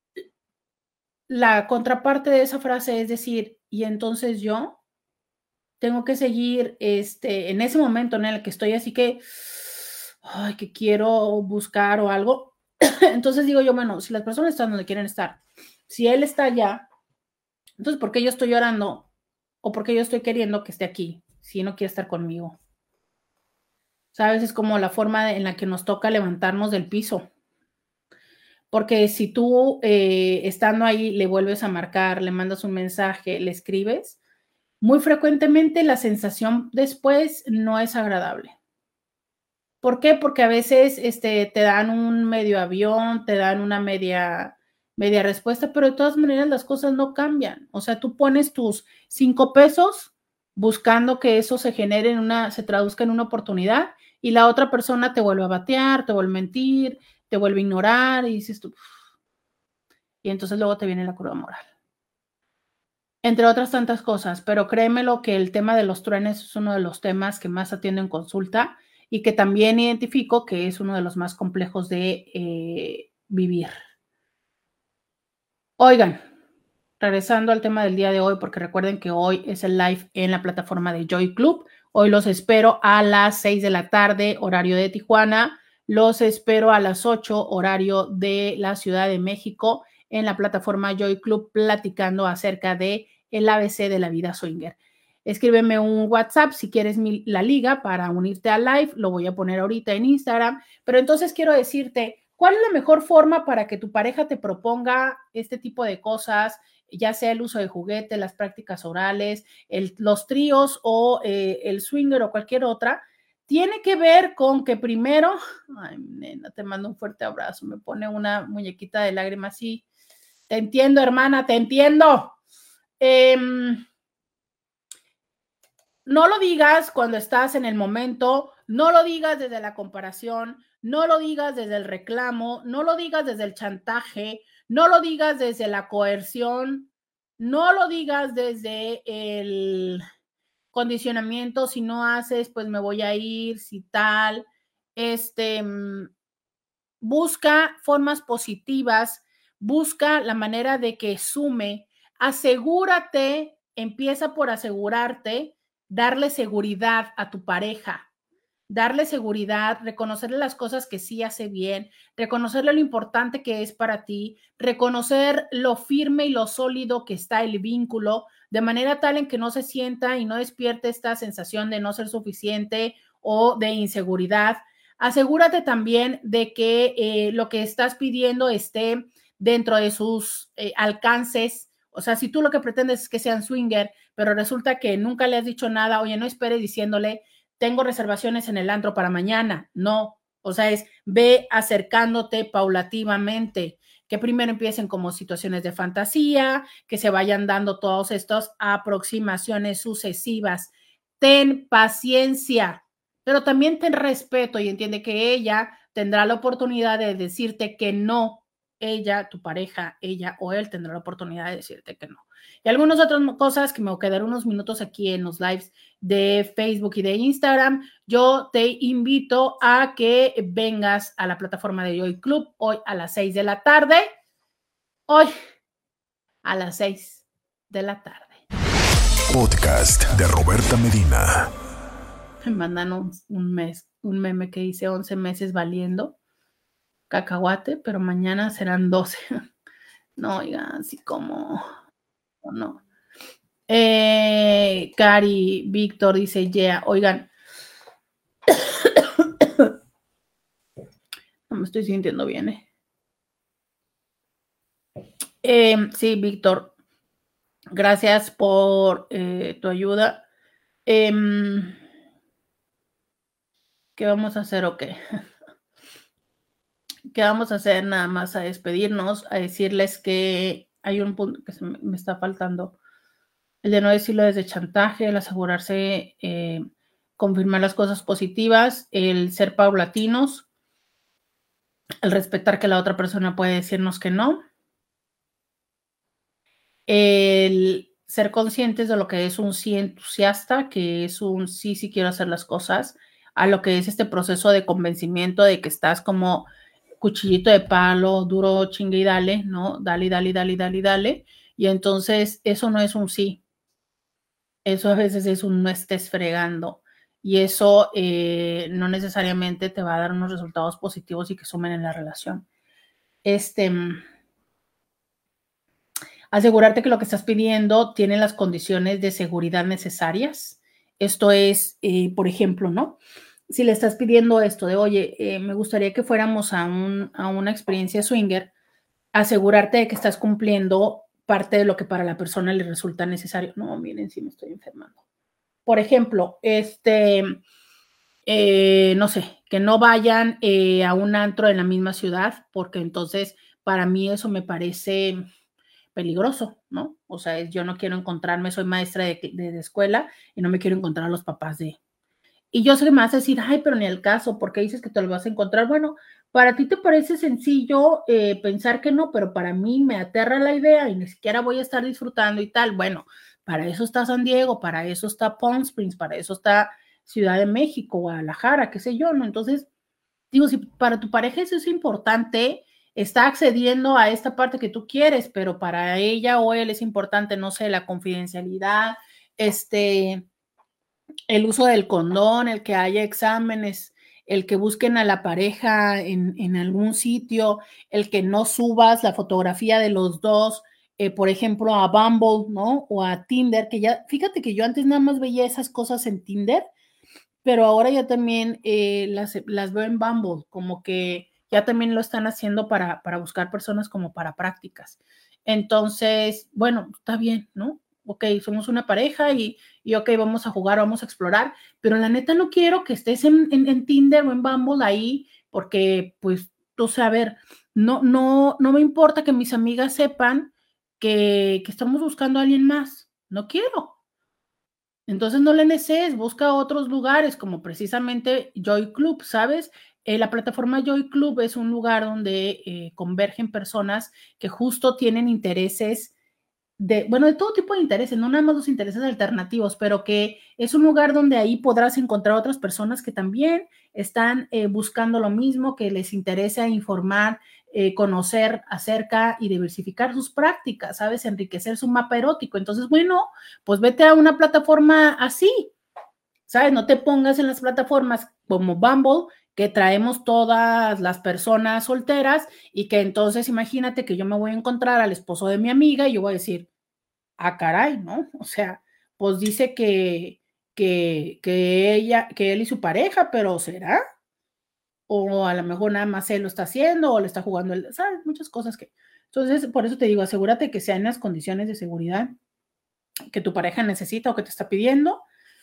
la contraparte de esa frase es decir, y entonces yo tengo que seguir en ese momento en el que estoy así que, ay, que quiero buscar o algo. Entonces digo yo, bueno, si las personas están donde quieren estar, si él está allá, entonces ¿por qué yo estoy llorando? ¿O por qué yo estoy queriendo que esté aquí si no quiere estar conmigo? ¿Sabes? Es como la forma en la que nos toca levantarnos del piso. Porque si tú estando ahí le vuelves a marcar, le mandas un mensaje, le escribes, muy frecuentemente la sensación después no es agradable. ¿Por qué? Porque a veces te dan un medio avión, te dan una media respuesta, pero de todas maneras las cosas no cambian. O sea, tú pones tus 5 pesos buscando que eso se genere se traduzca en una oportunidad y la otra persona te vuelve a batear, te vuelve a mentir, te vuelve a ignorar y dices tú, y entonces luego te viene la cruda moral. Entre otras tantas cosas, pero créemelo que el tema de los truenes es uno de los temas que más atiendo en consulta y que también identifico que es uno de los más complejos de vivir. Oigan, regresando al tema del día de hoy, porque recuerden que hoy es el live en la plataforma de Joy Club. Hoy los espero a las 6 de la tarde, horario de Tijuana. Los espero a las 8, horario de la Ciudad de México, en la plataforma Joy Club, platicando acerca de el ABC de la vida swinger. Escríbeme un WhatsApp si quieres la liga para unirte al live. Lo voy a poner ahorita en Instagram. Pero entonces quiero decirte, ¿cuál es la mejor forma para que tu pareja te proponga este tipo de cosas? Ya sea el uso de juguete, las prácticas orales, los tríos o el swinger o cualquier otra, tiene que ver con que primero, ay, nena, te mando un fuerte abrazo, me pone una muñequita de lágrimas, sí, te entiendo, hermana, te entiendo. No lo digas cuando estás en el momento, no lo digas desde la comparación, no lo digas desde el reclamo, no lo digas desde el chantaje, no lo digas desde la coerción, no lo digas desde el condicionamiento, si no haces, pues me voy a ir, si tal. Busca formas positivas, busca la manera de que sume, asegúrate, empieza por asegurarte, darle seguridad a tu pareja, darle seguridad, reconocerle las cosas que sí hace bien, reconocerle lo importante que es para ti, reconocer lo firme y lo sólido que está el vínculo, de manera tal en que no se sienta y no despierte esta sensación de no ser suficiente o de inseguridad. Asegúrate también de que lo que estás pidiendo esté dentro de sus alcances. O sea, si tú lo que pretendes es que sean swinger, pero resulta que nunca le has dicho nada, oye, no espere diciéndole, tengo reservaciones en el antro para mañana. No, o sea, ve acercándote paulativamente, que primero empiecen como situaciones de fantasía, que se vayan dando todas estas aproximaciones sucesivas. Ten paciencia, pero también ten respeto y entiende que ella tendrá la oportunidad de decirte que no ella, tu pareja, ella o él tendrá la oportunidad de decirte que no. Y algunas otras cosas que me voy a quedar unos minutos aquí en los lives de Facebook y de Instagram. Yo te invito a que vengas a la plataforma de Joy Club hoy a las 6 de la tarde. Hoy a las 6 de la tarde. Podcast de Roberta Medina. Me mandan un meme que dice 11 meses valiendo cacahuate, pero mañana serán 12. No, oigan, así como, no. Cari, Víctor dice, yeah, oigan, no me estoy sintiendo bien, sí, Víctor, gracias por tu ayuda. ¿Qué vamos a hacer o qué? ¿Qué vamos a hacer? Nada más a despedirnos, a decirles que hay un punto que me está faltando. El de no decirlo desde chantaje, el asegurarse, confirmar las cosas positivas, el ser paulatinos, el respetar que la otra persona puede decirnos que no, el ser conscientes de lo que es un sí entusiasta, que es un sí, sí quiero hacer las cosas, a lo que es este proceso de convencimiento de que estás como cuchillito de palo, duro, chingue y dale, ¿no? Dale, dale, dale, dale, dale. Y entonces eso no es un sí. Eso a veces es un no estés fregando. Y eso no necesariamente te va a dar unos resultados positivos y que sumen en la relación. Asegurarte que lo que estás pidiendo tiene las condiciones de seguridad necesarias. Esto es, por ejemplo, ¿no? Si le estás pidiendo esto de, oye, me gustaría que fuéramos a una experiencia swinger, asegurarte de que estás cumpliendo parte de lo que para la persona le resulta necesario. No, miren, si me estoy enfermando. Por ejemplo, no sé, que no vayan a un antro en la misma ciudad, porque entonces para mí eso me parece peligroso, ¿no? O sea, yo no quiero encontrarme, soy maestra de escuela y no me quiero encontrar a los papás de... Y yo sé que me vas a decir, ay, pero ni el caso, ¿por qué dices que te lo vas a encontrar? Bueno, para ti te parece sencillo pensar que no, pero para mí me aterra la idea y ni siquiera voy a estar disfrutando y tal. Bueno, para eso está San Diego, para eso está Palm Springs, para eso está Ciudad de México, Guadalajara, qué sé yo, ¿no? Entonces, digo, si para tu pareja eso es importante, está accediendo a esta parte que tú quieres, pero para ella o él es importante, no sé, la confidencialidad, el uso del condón, el que haya exámenes, el que busquen a la pareja en algún sitio, el que no subas la fotografía de los dos, por ejemplo, a Bumble, ¿no? O a Tinder, que ya, fíjate que yo antes nada más veía esas cosas en Tinder, pero ahora ya también las veo en Bumble, como que ya también lo están haciendo para buscar personas como para prácticas. Entonces, bueno, está bien, ¿no? Ok, somos una pareja y ok, vamos a jugar, vamos a explorar, pero la neta no quiero que estés en Tinder o en Bumble ahí, porque pues, tú sabes, a ver, no me importa que mis amigas sepan que estamos buscando a alguien más, no quiero. Entonces no le neces, busca otros lugares como precisamente Joy Club, ¿sabes? La plataforma Joy Club es un lugar donde convergen personas que justo tienen intereses de todo tipo de intereses, no nada más los intereses alternativos, pero que es un lugar donde ahí podrás encontrar otras personas que también están buscando lo mismo, que les interesa informar, conocer acerca y diversificar sus prácticas, ¿sabes? Enriquecer su mapa erótico. Entonces, bueno, pues vete a una plataforma así, ¿sabes? No te pongas en las plataformas como Bumble, que traemos todas las personas solteras y que entonces imagínate que yo me voy a encontrar al esposo de mi amiga y yo voy a decir, ah, caray, ¿no? O sea, pues dice que él y su pareja, pero ¿será? O a lo mejor nada más él lo está haciendo o le está jugando, ¿sabes? Muchas cosas que... Entonces, por eso te digo, asegúrate que sean las condiciones de seguridad que tu pareja necesita o que te está pidiendo.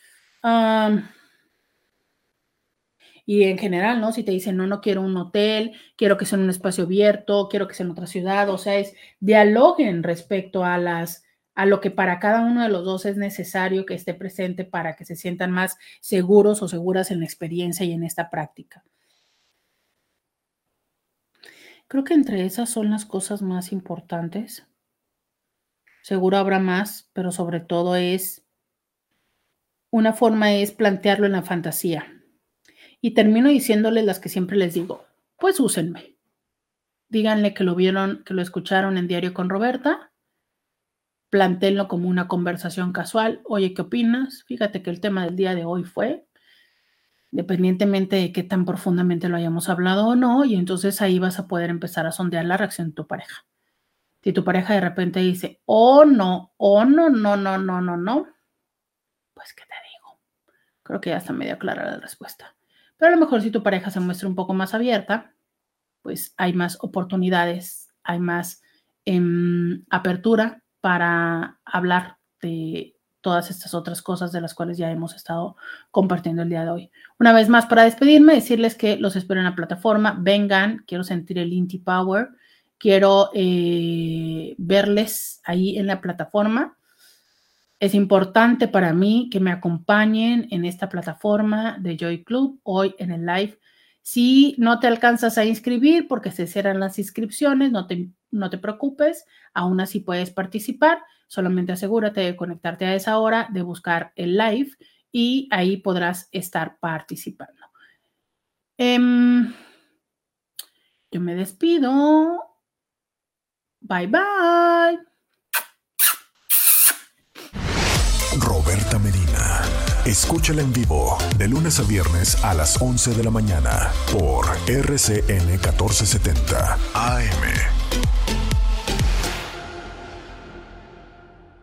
Y en general, ¿no? Si te dicen, no quiero un hotel, quiero que sea en un espacio abierto, quiero que sea en otra ciudad, o sea, dialoguen respecto a lo que para cada uno de los dos es necesario que esté presente para que se sientan más seguros o seguras en la experiencia y en esta práctica. Creo que entre esas son las cosas más importantes. Seguro habrá más, pero sobre todo una forma es plantearlo en la fantasía. Y termino diciéndoles las que siempre les digo, pues úsenme. Díganle que lo vieron, que lo escucharon en Diario con Roberta. Plantéenlo como una conversación casual. Oye, ¿qué opinas? Fíjate que el tema del día de hoy fue, independientemente de qué tan profundamente lo hayamos hablado o no, y entonces ahí vas a poder empezar a sondear la reacción de tu pareja. Si tu pareja de repente dice, no, pues ¿qué te digo? Creo que ya está medio clara la respuesta. Pero a lo mejor si tu pareja se muestra un poco más abierta, pues hay más oportunidades, hay más apertura para hablar de todas estas otras cosas de las cuales ya hemos estado compartiendo el día de hoy. Una vez más, para despedirme, decirles que los espero en la plataforma. Vengan, quiero sentir el Inti Power, quiero verles ahí en la plataforma. Es importante para mí que me acompañen en esta plataforma de Joy Club hoy en el live. Si no te alcanzas a inscribir porque se cierran las inscripciones, no te preocupes, aún así puedes participar. Solamente asegúrate de conectarte a esa hora, de buscar el live y ahí podrás estar participando. Yo me despido. Bye, bye. Roberta Medina. Escúchala en vivo de lunes a viernes a las 11 de la mañana por RCN 1470 AM.